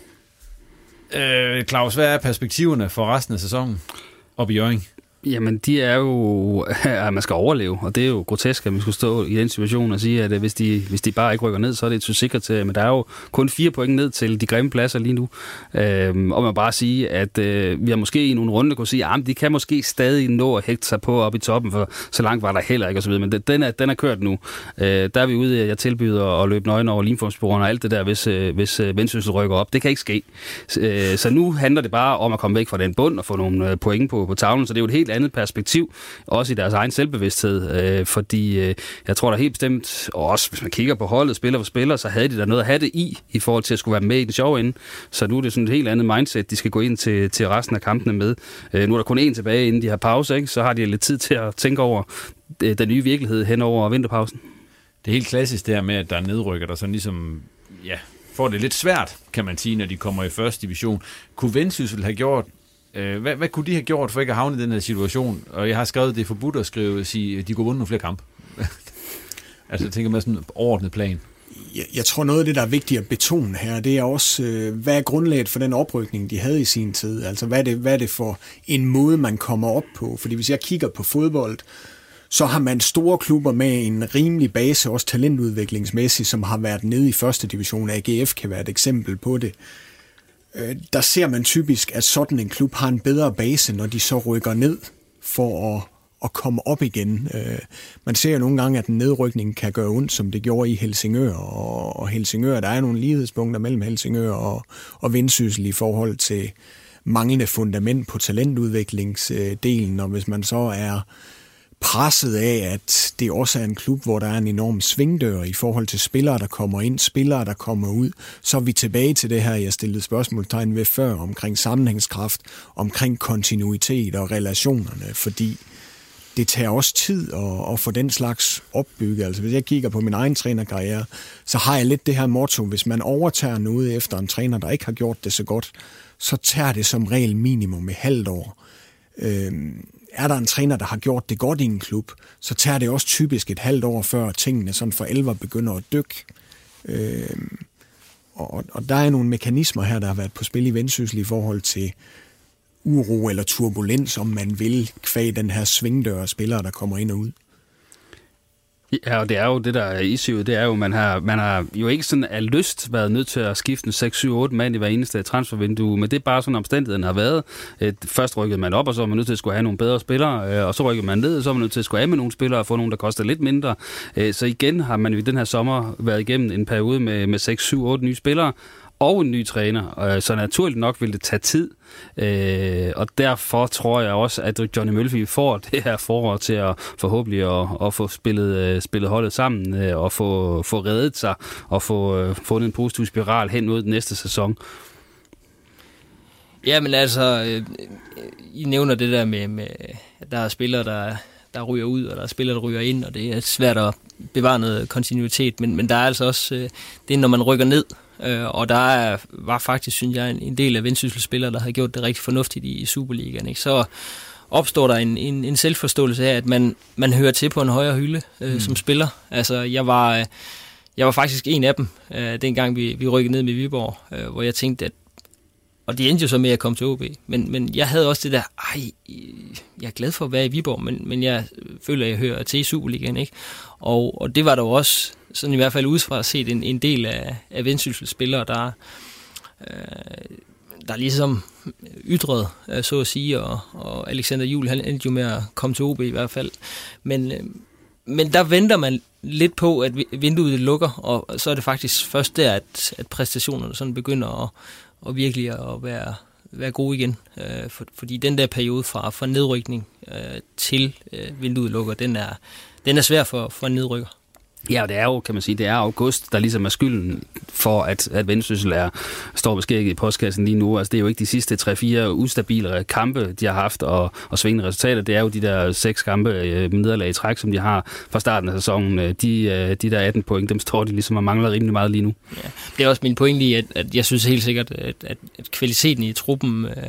[SPEAKER 8] Øh, Claus, hvad er perspektiverne for resten af sæsonen op i Hjørring?
[SPEAKER 9] Jamen, de er jo, at man skal overleve, og det er jo grotesk, at man skulle stå i den situation og sige, at hvis de, hvis de bare ikke rykker ned, så er det et sikkert til, men der er jo kun fire point ned til de grimme pladser lige nu. Øhm, og man bare sige, at øh, vi har måske i nogle runde kunne sige, at de kan måske stadig nå at hægte sig på op i toppen, for så langt var der heller ikke, og så videre. Men den er, den er kørt nu. Øh, der er vi ude i, at jeg tilbyder at løbe nøgen over limformsporene og alt det der, hvis, øh, hvis øh, Vendsyssel rykker op. Det kan ikke ske. Øh, så nu handler det bare om at komme væk fra den bund og få nogle point på, på tavlen, så det er jo et helt andet perspektiv, også i deres egen selvbevidsthed, øh, fordi øh, jeg tror da helt bestemt, og også hvis man kigger på holdet, spiller for spiller, så havde de da noget at have det i, i forhold til at skulle være med i den sjove ende. Så nu er det sådan et helt andet mindset, de skal gå ind til, til resten af kampene med. Øh, nu er der kun én tilbage, inden de har pause, ikke? Så har de lidt tid til at tænke over øh, den nye virkelighed hen over vinterpausen.
[SPEAKER 8] Det er helt klassisk der med, at der er nedrykker, der sådan ligesom, ja, får det lidt svært, kan man sige, når de kommer i første division. Kunne Vendsyssel have gjort Hvad, hvad kunne de have gjort for ikke at havne i den her situation? Og jeg har skrevet, det er forbudt at skrive, at sige, at de kunne vundet nogle flere kampe. Altså, jeg tænker med sådan en overordnet plan.
[SPEAKER 3] Jeg, jeg tror, noget af det, der er vigtigt at betone her, det er også, øh, hvad er grundlaget for den oprykning, de havde i sin tid? Altså, hvad er, det, hvad er det for en måde, man kommer op på? Fordi hvis jeg kigger på fodbold, så har man store klubber med en rimelig base, også talentudviklingsmæssigt, som har været nede i første division. A G F kan være et eksempel på det. Der ser man typisk, at sådan en klub har en bedre base, når de så rykker ned for at, at komme op igen. Man ser jo nogle gange, at en nedrykning kan gøre ondt, som det gjorde i Helsingør. Og Helsingør, der er nogle lighedspunkter mellem Helsingør og, og Vendsyssel i forhold til manglende fundament på talentudviklingsdelen. Og hvis man så er presset af, at det også er en klub, hvor der er en enorm svingdør i forhold til spillere, der kommer ind, spillere, der kommer ud, så er vi tilbage til det her, jeg stillede spørgsmålstegn ved før, omkring sammenhængskraft, omkring kontinuitet og relationerne, fordi det tager også tid at, at få den slags opbygget. Altså hvis jeg kigger på min egen trænerkarriere, så har jeg lidt det her motto, hvis man overtager noget efter en træner, der ikke har gjort det så godt, så tager det som regel minimum et halvt år. Øhm, Er der en træner, der har gjort det godt i en klub, så tager det også typisk et halvt år, før tingene sådan for alvor begynder at dykke. Øh, og, og der er nogle mekanismer her, der har været på spil i Vendsyssel i forhold til uro eller turbulens, om man vil, kvæg den her svingdør af spillere, der kommer ind og ud.
[SPEAKER 9] Ja, og det er jo det, der er issue, det er jo, man har, man har jo ikke sådan af lyst været nødt til at skifte seks, syv, otte mand i hver eneste transfervindue, men det er bare sådan, omstændigheden har været. Først rykkede man op, og så var man nødt til at skulle have nogle bedre spillere, og så rykkede man ned, og så var man nødt til at skulle have med nogle spillere og få nogle, der koster lidt mindre. Så igen har man jo i den her sommer været igennem en periode med, med seks, syv, otte nye spillere, og en ny træner, så naturligt nok vil det tage tid, og derfor tror jeg også, at Johnny Mølby får det her forår til at forhåbentlig at, at få spillet, spillet holdet sammen, og få, få reddet sig, og få fundet en positiv spiral hen mod den næste sæson.
[SPEAKER 10] Ja, men altså, øh, I nævner det der med, med at der er spillere, der, der ryger ud, og der er spillere, der ryger ind, og det er svært at bevare noget kontinuitet, men, men der er altså også, øh, det er, når man rykker ned, øh, og der er, var faktisk, synes jeg, en, en del af Vendsyssel-spillere, der har gjort det rigtig fornuftigt i, i Superligaen, ikke? Så opstår der en, en, en selvforståelse af, at man, man hører til på en højere hylde øh, mm. som spiller. Altså, jeg var, øh, jeg var faktisk en af dem, øh, dengang vi, vi rykkede ned med Viborg, øh, hvor jeg tænkte, at og det endte jo så med at komme til O B. Men, men jeg havde også det der, ej, jeg er glad for at være i Viborg, men, men jeg føler, at jeg hører til i Superligaen, ikke? Og, og det var der jo også, sådan i hvert fald udefra at set en, en del af, af Vendsyssels spillere, der, øh, der ligesom ytrede, øh, så at sige, og, og Alexander Juhl, han endte jo med at komme til O B i hvert fald. Men, øh, men der venter man lidt på, at vinduet lukker, og så er det faktisk først der, at, at præstationerne sådan begynder at, at virkelig at være, være gode igen. Øh, for, fordi den der periode fra, fra nedrykning øh, til øh, vinduet lukker, den er, den er svær for, for en nedrykker.
[SPEAKER 9] Ja, og det er jo, kan man sige, det er august, der ligesom er skylden for, at, at Vendsyssel er, står beskækket i postkassen lige nu. Altså, det er jo ikke de sidste tre fire ustabile kampe, de har haft, og, og svingende resultater. Det er jo de der seks kampe med nederlag i træk, som de har fra starten af sæsonen. De, de der atten point, dem står de ligesom og mangler rimelig meget lige nu.
[SPEAKER 10] Ja, det er også min pointe i, at, at jeg synes helt sikkert, at, at, at kvaliteten i truppen øh,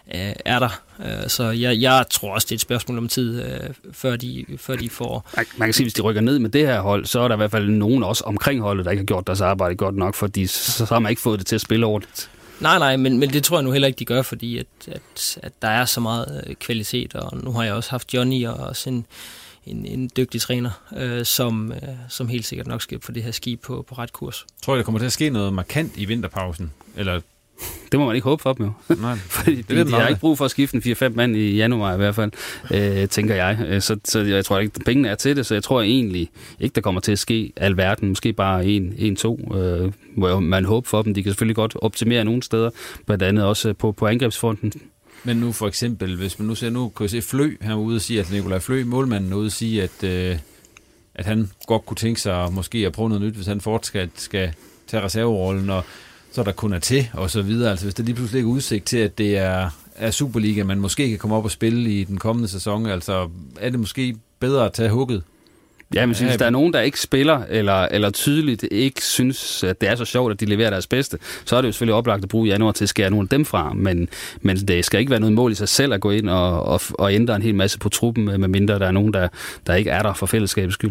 [SPEAKER 10] er der. Så jeg, jeg tror også, det er et spørgsmål om tid, før de, før de får...
[SPEAKER 9] Man kan sige, hvis de rykker ned med det her hold, så er der i hvert fald nogen også omkring holdet, der ikke har gjort deres arbejde godt nok, fordi så har man ikke fået det til at spille ordentligt.
[SPEAKER 10] Nej, nej, men, men det tror jeg nu heller ikke, de gør, fordi at, at, at der er så meget kvalitet, og nu har jeg også haft Johnny og også en, en, en dygtig træner, øh, som, øh, som helt sikkert nok skal få det her skib på, på ret kurs.
[SPEAKER 8] Tror jeg, der kommer til at ske noget markant i vinterpausen? Eller...
[SPEAKER 9] Det må man ikke håbe for dem jo. Nej, fordi det de, de har ikke brug for at skifte en fire fem mand i januar i hvert fald, øh, tænker jeg. Så, så jeg tror ikke, pengene er til det, så jeg tror egentlig ikke, der kommer til at ske alverden. Måske bare en, en to, øh, hvor man håber for dem. De kan selvfølgelig godt optimere nogle steder, blandt andet også på, på angrebsfronten.
[SPEAKER 8] Men nu for eksempel, hvis man nu ser, nu kan jeg se Flø herude og sige, at Nikolaj Flø, målmanden, ude og sige, at, øh, at han godt kunne tænke sig måske at prøve noget nyt, hvis han fortsat skal, skal tage reserverollen, og så der kun er til, og så videre. Altså hvis der lige pludselig ikke er udsigt til, at det er, er Superliga, man måske kan komme op og spille i den kommende sæson, altså er det måske bedre at tage hugget?
[SPEAKER 9] Ja, men hvis der er nogen, der ikke spiller, eller, eller tydeligt ikke synes, at det er så sjovt, at de leverer deres bedste, så er det jo selvfølgelig oplagt at bruge januar til at skære nogle af dem fra, men, men det skal ikke være noget mål i sig selv at gå ind og, og, og ændre en hel masse på truppen, med mindre der er nogen, der, der ikke er der for fællesskabets skyld.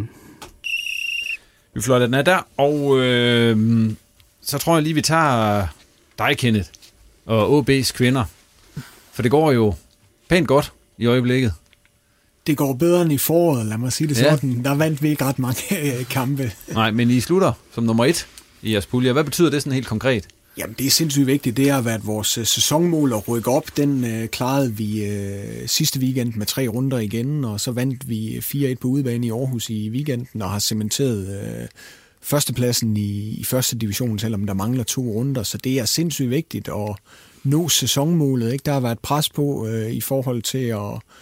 [SPEAKER 8] Vi fløjter den er der, og øh, så tror jeg lige, vi tager dig, Kenneth, og O B's kvinder, for det går jo pænt godt i øjeblikket.
[SPEAKER 3] Det går bedre end i foråret, lad mig sige det sådan. Ja. Der vandt vi ikke ret mange kampe.
[SPEAKER 8] Nej, men I slutter som nummer et i jeres pulje. Hvad betyder det sådan helt konkret?
[SPEAKER 3] Jamen, det er sindssygt vigtigt. Det har været vores sæsonmål at rykke op. Den øh, klarede vi øh, sidste weekend med tre runder igen, og så vandt vi fire et på udebane i Aarhus i weekenden, og har cementeret øh, førstepladsen i, i første division, selvom der mangler to runder. Så det er sindssygt vigtigt at nå sæsonmålet. Ikke? Der har været pres på øh, i forhold til at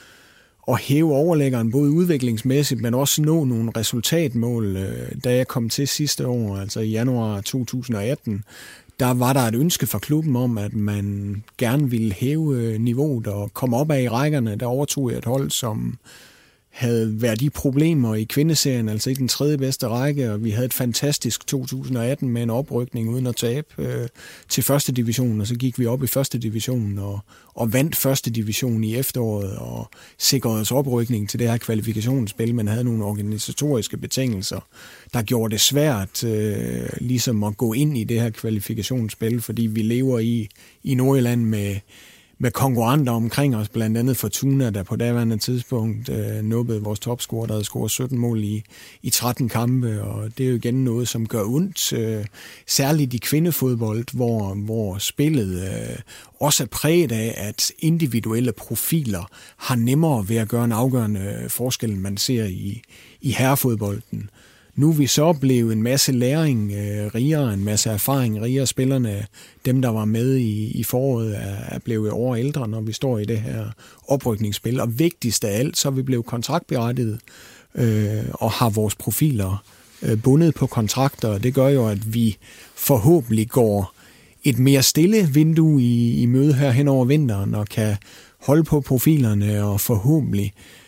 [SPEAKER 3] og hæve overlæggeren både udviklingsmæssigt, men også nå nogle resultatmål. Da jeg kom til sidste år, altså i januar to tusind og atten, der var der et ønske fra klubben om, at man gerne ville hæve niveauet og komme op af i rækkerne. Der overtog jeg et hold, som havde været i problemer i kvindeserien, altså i den tredje bedste række, og vi havde et fantastisk to tusind og atten med en oprykning uden at tabe øh, til første division, og så gik vi op i første division og, og vandt første division i efteråret og sikrede os oprykning til det her kvalifikationsspil, men havde nogle organisatoriske betingelser, der gjorde det svært øh, ligesom at gå ind i det her kvalifikationsspil, fordi vi lever i, i Nordjylland med med konkurrenter omkring os, blandt andet Fortuna, der på daværende tidspunkt øh, nåede vores topscorer, der havde scoret sytten mål i, i tretten kampe, og det er jo igen noget, som gør ondt, øh, særligt i kvindefodbold, hvor, hvor spillet øh, også er præget af, at individuelle profiler har nemmere ved at gøre en afgørende forskel, end man ser i, i herrefodbolden. Nu er vi så blevet en masse læring øh, rigere, en masse erfaring rigere. Spillerne, dem der var med i, i foråret, er, er blevet over ældre, når vi står i det her oprykningsspil. Og vigtigst af alt, så er vi blevet kontraktberettiget øh, og har vores profiler øh, bundet på kontrakter. Og det gør jo, at vi forhåbentlig går et mere stille vindue i, i møde her hen over vinteren og kan holde på profilerne og forhåbentlig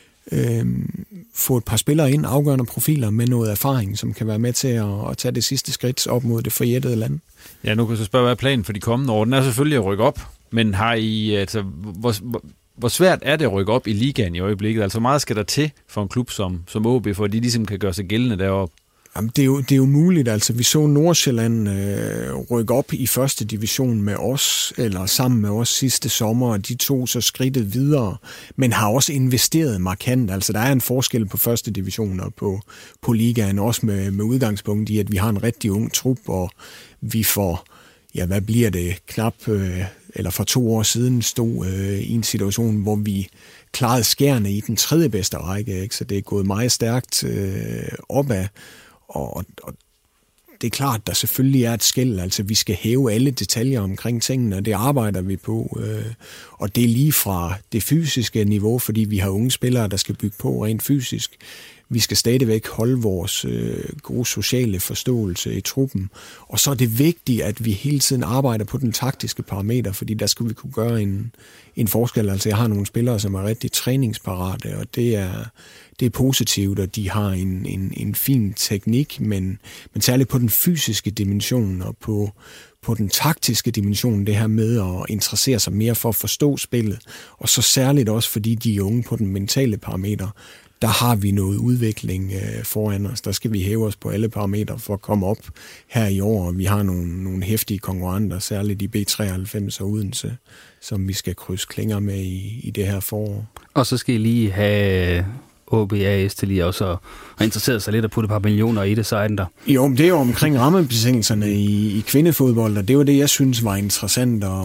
[SPEAKER 3] Øhm, få et par spillere ind, afgørende profiler med noget erfaring, som kan være med til at, at tage det sidste skridt op mod det forjættede land.
[SPEAKER 8] Ja, nu kan jeg så spørge, hvad er planen for de kommende år? Den er selvfølgelig at rykke op, men har I, altså, hvor, hvor, hvor svært er det at rykke op i ligaen i øjeblikket? Altså, hvor meget skal der til for en klub som, som O B, for at de ligesom kan gøre sig gældende deroppe?
[SPEAKER 3] Jamen, det, er jo, det er jo muligt. Altså, vi så Nordsjælland øh, rykke op i første division med os, eller sammen med os sidste sommer, og de tog så skridtet videre, men har også investeret markant. Altså, der er en forskel på første division og på, på ligaen, også med, med udgangspunkt i, at vi har en rigtig ung trup, og vi får, ja, hvad bliver det, knap, øh, eller for to år siden stod øh, i en situation, hvor vi klarede skærene i den tredje bedste række, ikke? Så det er gået meget stærkt øh, opad. Og, og det er klart, der selvfølgelig er et skel, altså vi skal hæve alle detaljer omkring tingene, og det arbejder vi på. Øh, og det er lige fra det fysiske niveau, fordi vi har unge spillere, der skal bygge på rent fysisk. Vi skal stadigvæk holde vores øh, gode sociale forståelse i truppen. Og så er det vigtigt, at vi hele tiden arbejder på den taktiske parameter, fordi der skal vi kunne gøre en, en forskel. Altså jeg har nogle spillere, som er rigtig træningsparate, og det er, det er positivt, og de har en, en, en fin teknik, men, men særligt på den fysiske dimension og på, på den taktiske dimension, det her med at interessere sig mere for at forstå spillet, og så særligt også, fordi de er unge på den mentale parameter. Der har vi noget udvikling øh, foran os. Der skal vi hæve os på alle parametre for at komme op her i år. Vi har nogle, nogle heftige konkurrenter, særligt i B treoghalvfems og Odense, som vi skal krydse klinger med i, i det her forår.
[SPEAKER 9] Og så skal I lige have O B A S til lige også at interessere sig lidt og putte et par millioner i det, så er den der.
[SPEAKER 3] Jo, men det er jo omkring rammebetingelserne i, i kvindefodbold, og det var det, jeg synes var interessant at,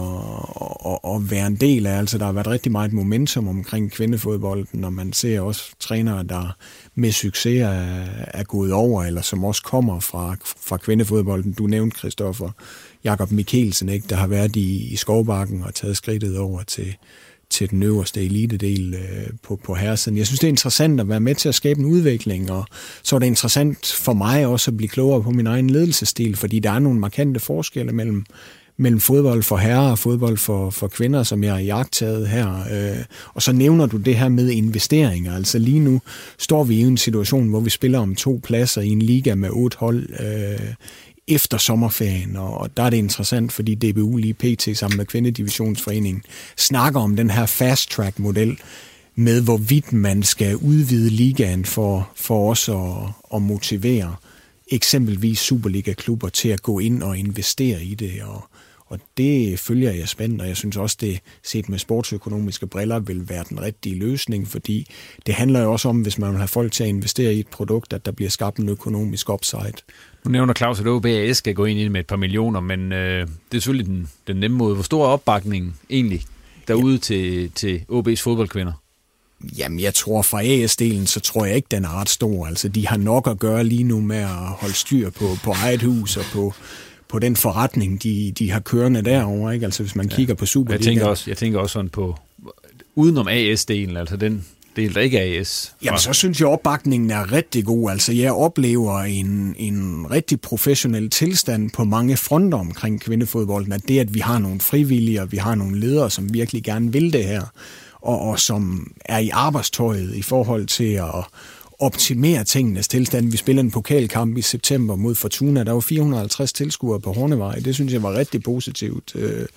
[SPEAKER 3] at, at være en del af. Altså, der har været rigtig meget momentum omkring kvindefodbolden, og man ser også trænere, der med succes er, er gået over, eller som også kommer fra, fra kvindefodbolden. Du nævnte, Christoffer, Jakob Mikkelsen, ikke, der har været i, i Skovbakken og taget skridtet over til til den øverste elitedel øh, på, på herresiden. Jeg synes, det er interessant at være med til at skabe en udvikling, og så er det interessant for mig også at blive klogere på min egen ledelsesstil, fordi der er nogle markante forskelle mellem, mellem fodbold for herrer og fodbold for, for kvinder, som jeg har iagttaget her. Øh, og så nævner du det her med investeringer. Altså lige nu står vi i en situation, hvor vi spiller om to pladser i en liga med otte hold øh, efter sommerferien, og der er det interessant, fordi D B U lige P T sammen med Kvindedivisionsforeningen snakker om den her fast-track-model med, hvorvidt man skal udvide ligaen for, for os at, at motivere eksempelvis Superliga-klubber til at gå ind og investere i det, og, og det følger jeg spændt, og jeg synes også, det set med sportsøkonomiske briller vil være den rigtige løsning, fordi det handler jo også om, hvis man vil have folk til at investere i et produkt, at der bliver skabt en økonomisk upside.
[SPEAKER 8] Nu nævner Claus, at O B A S skal gå ind i det med et par millioner, men øh, det er selvfølgelig den, den nemme måde. Hvor stor er opbakningen egentlig derude ja. til, til O B's fodboldkvinder?
[SPEAKER 3] Jamen, jeg tror fra A S-delen, så tror jeg ikke, den er ret stor. Altså, de har nok at gøre lige nu med at holde styr på, på eget hus og på, på den forretning, de, de har kørende derovre, ikke? Altså, hvis man ja. kigger på Superliga.
[SPEAKER 8] Jeg tænker også, jeg tænker også sådan på, udenom A S-delen, altså den del, der ikke er A S.
[SPEAKER 3] Jamen, så synes jeg, at opbakningen er rigtig god. Altså, jeg oplever en, en rigtig professionel tilstand på mange fronter omkring kvindefodbolden, at det, at vi har nogle frivillige, og vi har nogle ledere, som virkelig gerne vil det her, og, og som er i arbejdstøjet i forhold til at optimere tingenes tilstand. Vi spiller en pokalkamp i september mod Fortuna. Der var fire hundrede og halvtreds tilskuere på Hornevej. Det synes jeg var rigtig positivt.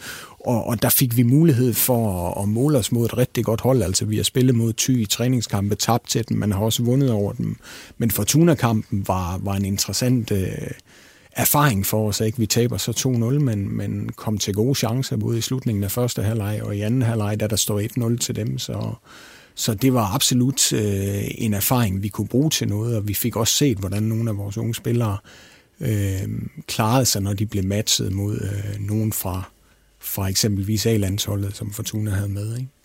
[SPEAKER 3] Og, og der fik vi mulighed for at, at måle os mod et rigtig godt hold. Altså vi har spillet mod Thy i træningskampe, tabt til dem, man har også vundet over dem. Men Fortuna-kampen var, var en interessant øh, erfaring for os. Ikke? Vi taber så to nul, men, men kom til gode chancer både i slutningen af første halvleg og i anden halvleg, da der står et nul til dem. Så, så det var absolut øh, en erfaring, vi kunne bruge til noget, og vi fik også set, hvordan nogle af vores unge spillere øh, klarede sig, når de blev matchet mod øh, nogen fra fra eksempelvis A-landsholdet, som Fortuna havde med. Ikke?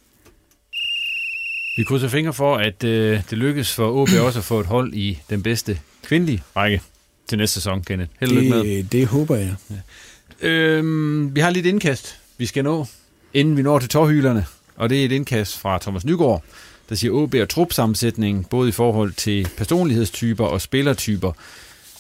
[SPEAKER 8] Vi krydser fingre for, at øh, det lykkes for O B også at få et hold i den bedste kvindelige række til næste sæson, Kenneth. Held og lykke med.
[SPEAKER 3] Det håber jeg.
[SPEAKER 8] Ja. Øhm, vi har lidt indkast, vi skal nå, inden vi når til tårhylerne, og det er et indkast fra Thomas Nygaard, der siger O B og trupsammensætning, både i forhold til personlighedstyper og spillertyper.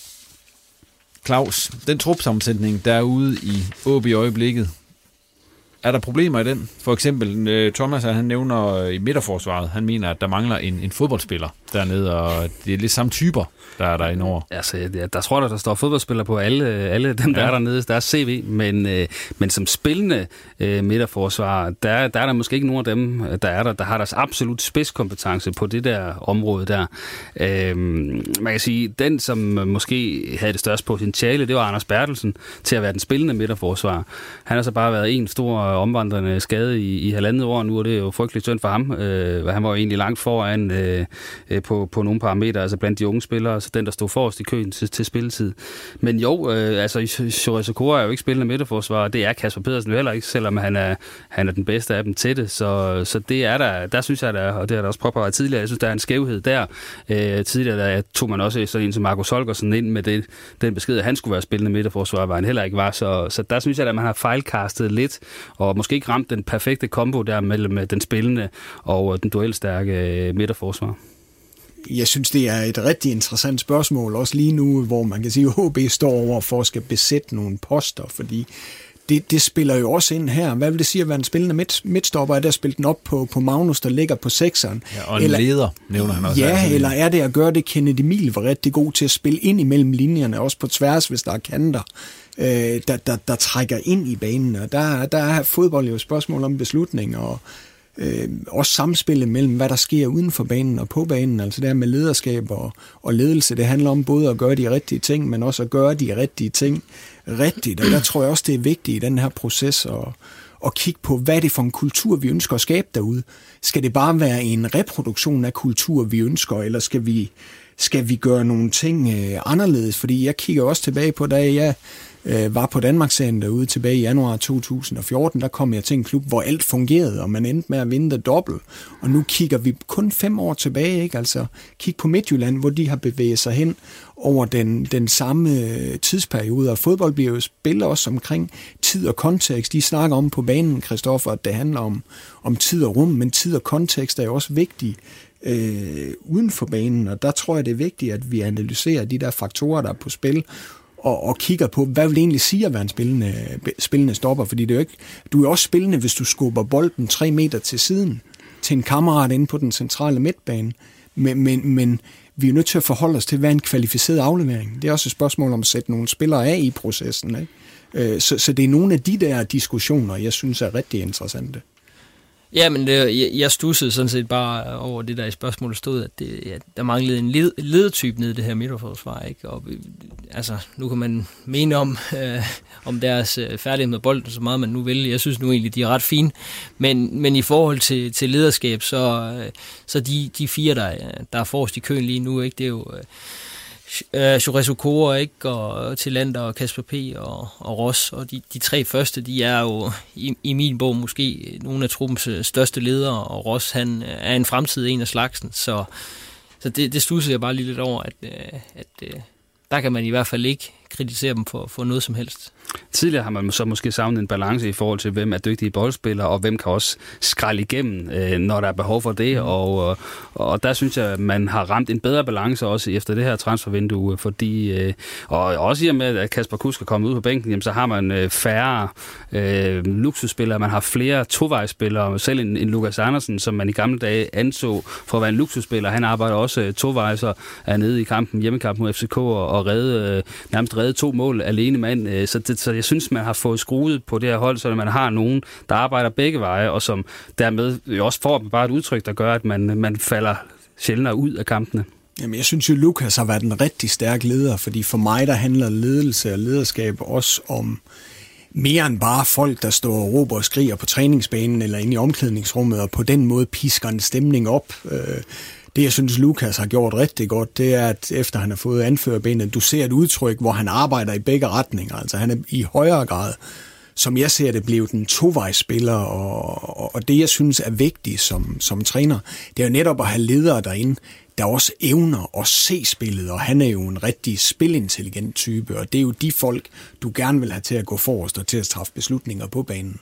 [SPEAKER 8] Claus, den trupsammensætning, der er ude i O B i øjeblikket, Er der problemer i den? For eksempel, Thomas, han nævner i midterforsvaret, han mener, at der mangler en, en fodboldspiller dernede, og det er lidt samme typer, der er derinde over.
[SPEAKER 9] Altså, der, der tror jeg, der står fodboldspillere på alle, alle dem, der ja. er dernede, der er C V, men, øh, men som spillende øh, midterforsvar, der, der er der måske ikke nogen af dem, der er der, der har deres absolut spidskompetence på det der område der. Øh, man kan sige, den, som måske havde det største potentiale, det var Anders Bertelsen til at være den spillende midterforsvar. Han har så bare været en stor omvandrende skade i, i halvandet år nu, og det er jo frygteligt synd for ham. Øh, han var jo egentlig langt foran øh, på, på nogle parametre, altså blandt de unge spillere, så den, der stod forrest i køen til, til spilletid. Men jo, øh, altså Juraj Sakura er jo ikke spillende midterforsvar, det er Kasper Pedersen jo heller ikke, selvom han er, han er den bedste af dem til det, så, så det er der, der synes jeg, der, og det har der også påpeget tidligere, jeg synes, der er en skævhed der. Øh, tidligere der tog man også sådan en som Markus Holgersen ind med det, den besked, at han skulle være spillende midterforsvar, var han heller ikke var, så, så der synes jeg, at man har fejlkastet lidt, og måske ikke ramt den perfekte kombo der mellem den spillende og den duelstærke midterforsvar.
[SPEAKER 3] Jeg synes, det er et rigtig interessant spørgsmål, også lige nu, hvor man kan sige, at H B står over for at skal besætte nogle poster, fordi det, det spiller jo også ind her. Hvad vil det sige at være en spillende midt, midtstopper? Er det at spille den op på, på Magnus, der ligger på sekseren?
[SPEAKER 8] Ja, og en eller, leder, nævner han også.
[SPEAKER 3] Ja, her. Eller er det at gøre det? Kennedy Emil var rigtig god til at spille ind imellem linjerne, også på tværs, hvis der er kanter, øh, der, der, der trækker ind i banen. Og der, der er fodbold jo et spørgsmål om beslutning, og Øh, også samspillet mellem, hvad der sker uden for banen og på banen, altså det her med lederskab og, og ledelse, det handler om både at gøre de rigtige ting, men også at gøre de rigtige ting rigtigt, og der tror jeg også, det er vigtigt i den her proces at, at kigge på, hvad er det for en kultur, vi ønsker at skabe derude. Skal det bare være en reproduktion af kultur, vi ønsker, eller skal vi, skal vi gøre nogle ting øh, anderledes? Fordi jeg kigger også tilbage på, da jeg øh, var på Danmarksserien derude tilbage i januar to tusind og fjorten, der kom jeg til en klub, hvor alt fungerede, og man endte med at vinde det dobbelt. Og nu kigger vi kun fem år tilbage, ikke? Altså kig på Midtjylland, hvor de har bevæget sig hen over den, den samme tidsperiode, og fodbold bliver jo spillet også omkring tid og kontekst. De snakker om på banen, Christoffer, at det handler om, om tid og rum, men tid og kontekst er jo også vigtigt øh, uden for banen, og der tror jeg, det er vigtigt, at vi analyserer de der faktorer, der er på spil, og, og kigger på, hvad vil det egentlig sige at være en spillende, spillende stopper, fordi det er jo ikke, du er også spillende, hvis du skubber bolden tre meter til siden, til en kammerat inde på den centrale midtbane, men, men, men vi er nødt til at forholde os til, hvad en kvalificeret aflevering. Det er også et spørgsmål om at sætte nogle spillere af i processen, ikke? Så, så det er nogle af de der diskussioner, jeg synes er rigtig interessante.
[SPEAKER 10] Ja, men det, jeg, jeg stussede sådan set bare over det der i spørgsmålet stod, at det, ja, der manglede en led, ledertype nede i det her midterforsvar, ikke? Og altså, nu kan man mene om, øh, om deres øh, færdighed med bolden, så meget man nu vil. Jeg synes nu egentlig, de er ret fine. Men, men i forhold til, til lederskab, så, øh, så de, de fire, der, der er forrest i køen lige nu, ikke? Det er jo Øh, Uh, Juraj Sakura, ikke, og Tillander og Kasper P. og, og Ross, og de, de tre første, de er jo i, i min bog måske nogle af truppens største ledere, og Ross, han er en fremtid en af slagsen, så, så det, det studser jeg bare lige lidt over, at, at der kan man i hvert fald ikke kritisere dem for, for noget som helst.
[SPEAKER 9] Tidligere har man så måske savnet en balance i forhold til, hvem er dygtige boldspillere, og hvem kan også skralde igennem, øh, når der er behov for det. Mm. Og, og der synes jeg, at man har ramt en bedre balance også efter det her transfervindue, fordi, øh, og også i og med, at Kasper Kusk er kommet ud på bænken, jamen, så har man øh, færre øh, luksusspillere, man har flere tovejsspillere, selv en, en Lukas Andersen, som man i gamle dage anså for at være en luksusspiller. Han arbejder også øh, tovejser, er nede i kampen, hjemmekampen mod F C K, og, og redde, øh, nærmest redde to mål alene mand, øh, så det Så jeg synes, man har fået skruet på det her hold, så man har nogen, der arbejder begge veje, og som dermed også får bare et udtryk, der gør, at man, man falder sjældnere ud af kampene.
[SPEAKER 3] Jamen, jeg synes jo, Lukas har været en rigtig stærk leder, fordi for mig, der handler ledelse og lederskab også om mere end bare folk, der står og råber og skriger på træningsbanen eller inde i omklædningsrummet, og på den måde pisker en stemning op. Det, jeg synes, Lukas har gjort rigtig godt, det er, at efter han har fået anførerbenet, du ser et udtryk, hvor han arbejder i begge retninger. Altså han er i højere grad, som jeg ser det, blevet en tovejsspiller, og, og det, jeg synes er vigtigt som, som træner, det er jo netop at have ledere derinde, der også evner at se spillet, og han er jo en rigtig spilintelligent type, og det er jo de folk, du gerne vil have til at gå forrest og til at træffe beslutninger på banen.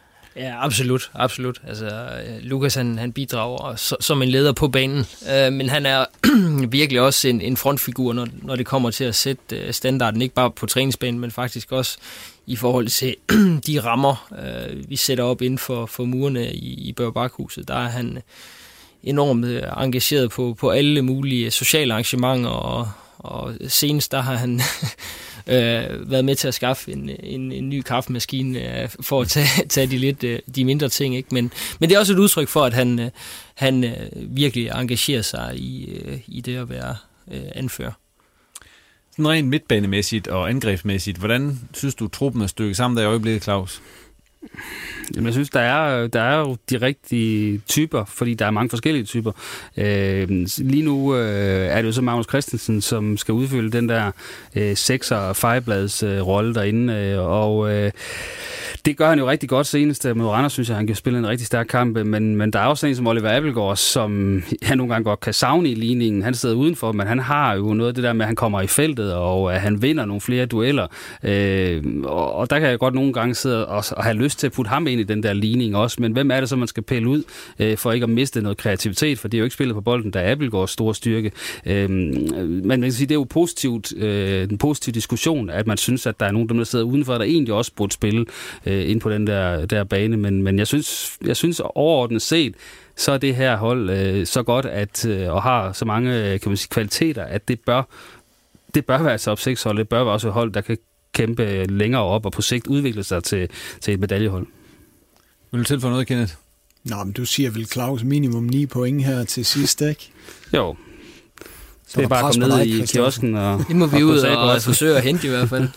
[SPEAKER 10] Ja, absolut, absolut. Altså, Lukas, han, han bidrager så, som en leder på banen, øh, men han er virkelig også en, en frontfigur, når, når det kommer til at sætte standarden, ikke bare på træningsbanen, men faktisk også i forhold til de rammer, øh, vi sætter op inden for, for murene i, i Børge Bakhuset. Der er han enormt engageret på, på alle mulige sociale arrangementer, og, og senest der har han øh, været med til at skaffe en, en, en ny kaffemaskine øh, for at tage, tage de lidt øh, de mindre ting. Ikke? Men, men det er også et udtryk for, at han, øh, han øh, virkelig engagerer sig i, øh, i det at være øh, anfører.
[SPEAKER 8] Sådan rent midtbanemæssigt og angrebsmæssigt, hvordan synes du, truppen er stykket sammen der i øjeblikket, Claus?
[SPEAKER 9] Jamen, jeg synes, der er, der er jo de rigtige typer, fordi der er mange forskellige typer. Øh, lige nu øh, er det jo så Magnus Christensen, som skal udfylde den der øh, sekser- og fejeblads øh, rolle derinde, øh, og øh, det gør han jo rigtig godt senest. Med Randers synes jeg, han kan spille en rigtig stærk kamp, men, men der er også en som Oliver Abelgaard, som han nogle gange godt kan savne i ligningen. Han sidder udenfor, men han har jo noget af det der med, at han kommer i feltet, og at han vinder nogle flere dueller. Øh, og, og der kan jeg godt nogle gange sidde og, og have lyst til at putte ham ind i den der ligning også, men hvem er det så, man skal pille ud, øh, for ikke at miste noget kreativitet, for det er jo ikke spillet på bolden, der er Abelgaards store styrke. Øh, men man kan sige, det er jo positivt, øh, en positiv diskussion, at man synes, at der er nogen, der sidder udenfor, der egentlig også burde spille øh, ind på den der, der bane, men, men jeg synes, jeg synes overordnet set, så er det her hold øh, så godt, at, øh, og har så mange kan man sige, kvaliteter, at det bør, det bør være et top seks hold, det bør være også et hold, der kan kæmpe længere op og på sigt udvikle sig til, til et medaljehold.
[SPEAKER 8] Vil du tilføje noget, Kenneth?
[SPEAKER 3] Nå, men du siger vel, Claus, minimum ni point her til sidst, ikke?
[SPEAKER 9] Jo. Så det er bare at komme ned i kiosken og...
[SPEAKER 10] Det må vi ud og, og forsøge at hente i hvert fald.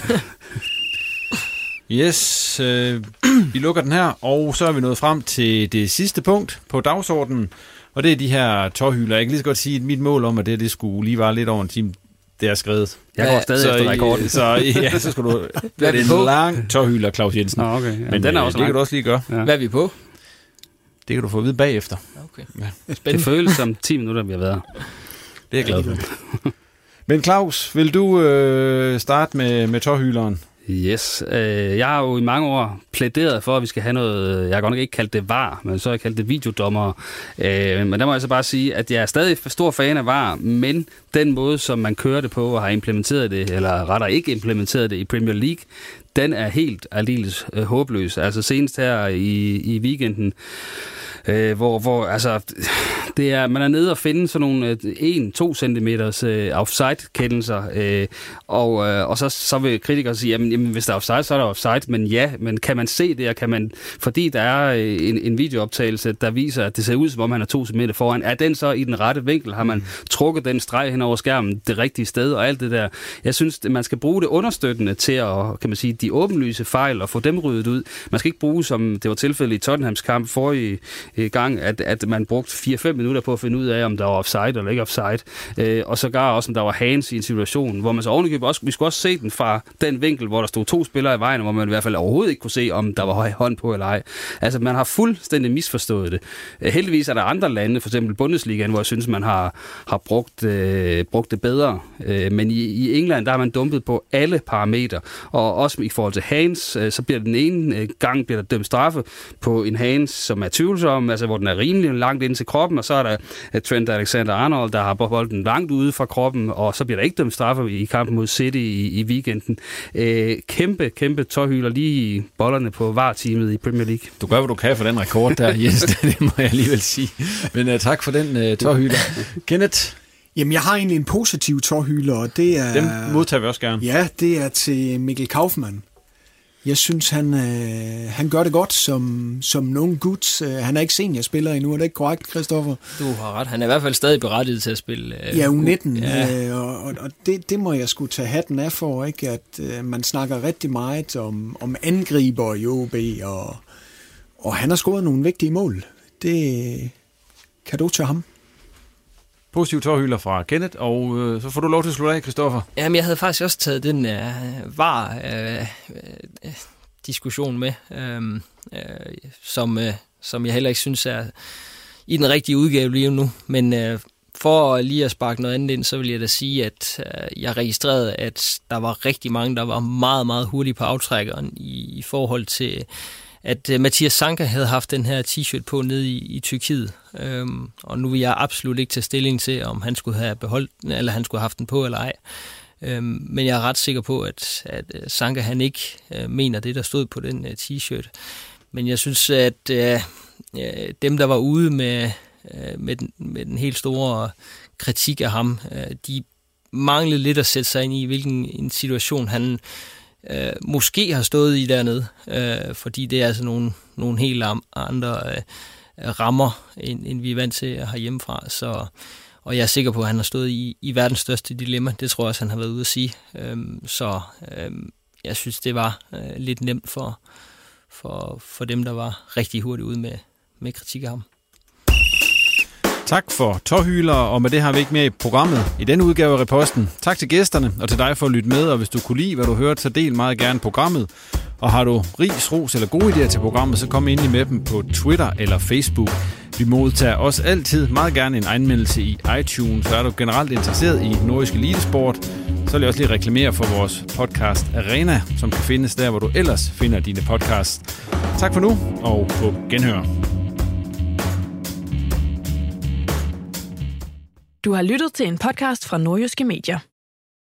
[SPEAKER 8] Yes, øh, vi lukker den her, og så er vi nået frem til det sidste punkt på dagsordenen, og det er de her tårhylder. Jeg kan lige så godt sige, at mit mål om, at det, det skulle lige være lidt over en time, det er skrevet.
[SPEAKER 9] Jeg går stadig
[SPEAKER 8] så,
[SPEAKER 9] efter rekorden.
[SPEAKER 8] Så, ja, så skal du... Hvad er det en lang tårhylder, Claus Jensen.
[SPEAKER 9] Nå, okay. Ja,
[SPEAKER 8] men
[SPEAKER 9] den er også
[SPEAKER 8] det lang. Kan du også lige gøre.
[SPEAKER 10] Ja. Hvad er vi på?
[SPEAKER 8] Det kan du få at vide bagefter.
[SPEAKER 10] Okay.
[SPEAKER 9] Ja. Det føles som ti minutter, vi har været.
[SPEAKER 8] Det er jeg glad for. Men Claus, vil du øh, starte med, med tårhylderen?
[SPEAKER 9] Yes. Øh, jeg har jo i mange år plæderet for, at vi skal have noget, jeg har godt nok ikke kaldt det V A R, men så har jeg kaldt det videodommere. Øh, men der må jeg så bare sige, at jeg er stadig stor fan af V A R, men den måde, som man kører det på og har implementeret det, eller rettere ikke implementeret det i Premier League, den er helt aldeles øh, håbløs. Altså senest her i, i weekenden, Øh, hvor, hvor altså, det er, man er nede og finde sådan nogle en til to centimeters øh, offside-kendelser, øh, og, øh, og så, så vil kritikere sige, jamen, jamen hvis der er offside, så er der offside, men ja, men kan man se det, og kan man, fordi der er en, en videooptagelse, der viser, at det ser ud, som om han er to centimeter foran, er den så i den rette vinkel? Har man trukket den streg hen over skærmen det rigtige sted, og alt det der? Jeg synes, man skal bruge det understøttende til at, kan man sige, de åbenlyse fejl, og få dem ryddet ud. Man skal ikke bruge, som det var tilfældet i Tottenhams kamp forrige gang, at, at man brugte fire til fem minutter på at finde ud af, om der var offside eller ikke offside. Øh, og sågar også, om der var hands i en situation, hvor man så ovenikøbet også, vi skulle også se den fra den vinkel, hvor der stod to spillere i vejen, hvor man i hvert fald overhovedet ikke kunne se, om der var hånd på eller ej. Altså, man har fuldstændig misforstået det. Øh, heldigvis er der andre lande, for eksempel Bundesligaen, hvor jeg synes, man har, har brugt, øh, brugt det bedre. Øh, men i, i England, der har man dumpet på alle parametre, og også i forhold til hands, øh, så bliver den ene gang bliver der dømt straffe på en hands, som er tvivlsom, altså hvor den er rimelig langt ind til kroppen, og så er der Trent Alexander-Arnold, der har bolden langt ude fra kroppen, og så bliver der ikke dømt straffe i kampen mod City i, i weekenden. Øh, kæmpe, kæmpe tårhylder lige i bollerne på V A R-teamet i Premier League.
[SPEAKER 8] Du gør, hvad du kan for den rekord der, Jens, det må jeg alligevel sige. Men uh, tak for den uh, tårhylder. Kenneth?
[SPEAKER 3] Jamen, jeg har egentlig en positiv tårhylder, og det er...
[SPEAKER 8] Dem modtager vi også gerne.
[SPEAKER 3] Ja, det er til Mikkel Kaufmann. Jeg synes, han, øh, han gør det godt som, som nogen gut. Han er ikke seniorspiller endnu, er det ikke korrekt, Christoffer?
[SPEAKER 10] Du har ret. Han er i hvert fald stadig berettiget til at spille. Øh,
[SPEAKER 3] ja, U nitten.
[SPEAKER 10] Ja.
[SPEAKER 3] Øh, og og det, det må jeg sgu tage hatten af for, ikke? At øh, man snakker rigtig meget om, om angriber i O B, og, og han har scoret nogle vigtige mål. Det kan du til ham.
[SPEAKER 8] Positiv tårhylder fra Kenneth, og øh, så får du lov til at slutte af, Christoffer.
[SPEAKER 10] Jamen, jeg havde faktisk også taget den øh, V A R-diskussion øh, med, øh, øh, som, øh, som jeg heller ikke synes er i den rigtige udgave lige nu. Men øh, for lige at sparke noget andet ind, så vil jeg da sige, at øh, jeg registrerede, at der var rigtig mange, der var meget, meget hurtige på aftrækkeren i, i forhold til... at uh, Mathias Sanka havde haft den her t-shirt på nede i, i Tyrkiet. Øhm, og nu vil jeg absolut ikke tage stilling til, om han skulle have beholdt den, eller han skulle have haft den på eller ej. Øhm, men jeg er ret sikker på, at, at Sanka han ikke øh, mener det, der stod på den øh, t-shirt. Men jeg synes, at øh, dem, der var ude med, øh, med, den, med den helt store kritik af ham, øh, de manglede lidt at sætte sig ind i, hvilken en situation han øh, måske har stået i dernede. Øh, fordi det er altså nogle, nogle helt andre øh, rammer, end, end vi er vant til herhjemmefra. Så, og jeg er sikker på, at han har stået i, i verdens største dilemma. Det tror jeg også, han har været ude at sige. Øh, så øh, jeg synes, det var øh, lidt nemt for... For, for dem, der var rigtig hurtigt ude med, med kritik af ham.
[SPEAKER 8] Tak for tårhyler, og med det har vi ikke mere i programmet i denne udgave af Reposten. Tak til gæsterne, og til dig for at lytte med, og hvis du kunne lide, hvad du hørte, så del meget gerne programmet. Og har du ris, ros eller gode idéer til programmet, så kom ind med dem på Twitter eller Facebook. Vi modtager også altid meget gerne en anmeldelse i iTunes, så er du generelt interesseret i nordisk elitesport. Så vil jeg også lige reklamere for vores podcast Arena, som kan findes der, hvor du ellers finder dine podcasts. Tak for nu, og på genhør.
[SPEAKER 7] Du har lyttet til en podcast fra Nordjyske Medier.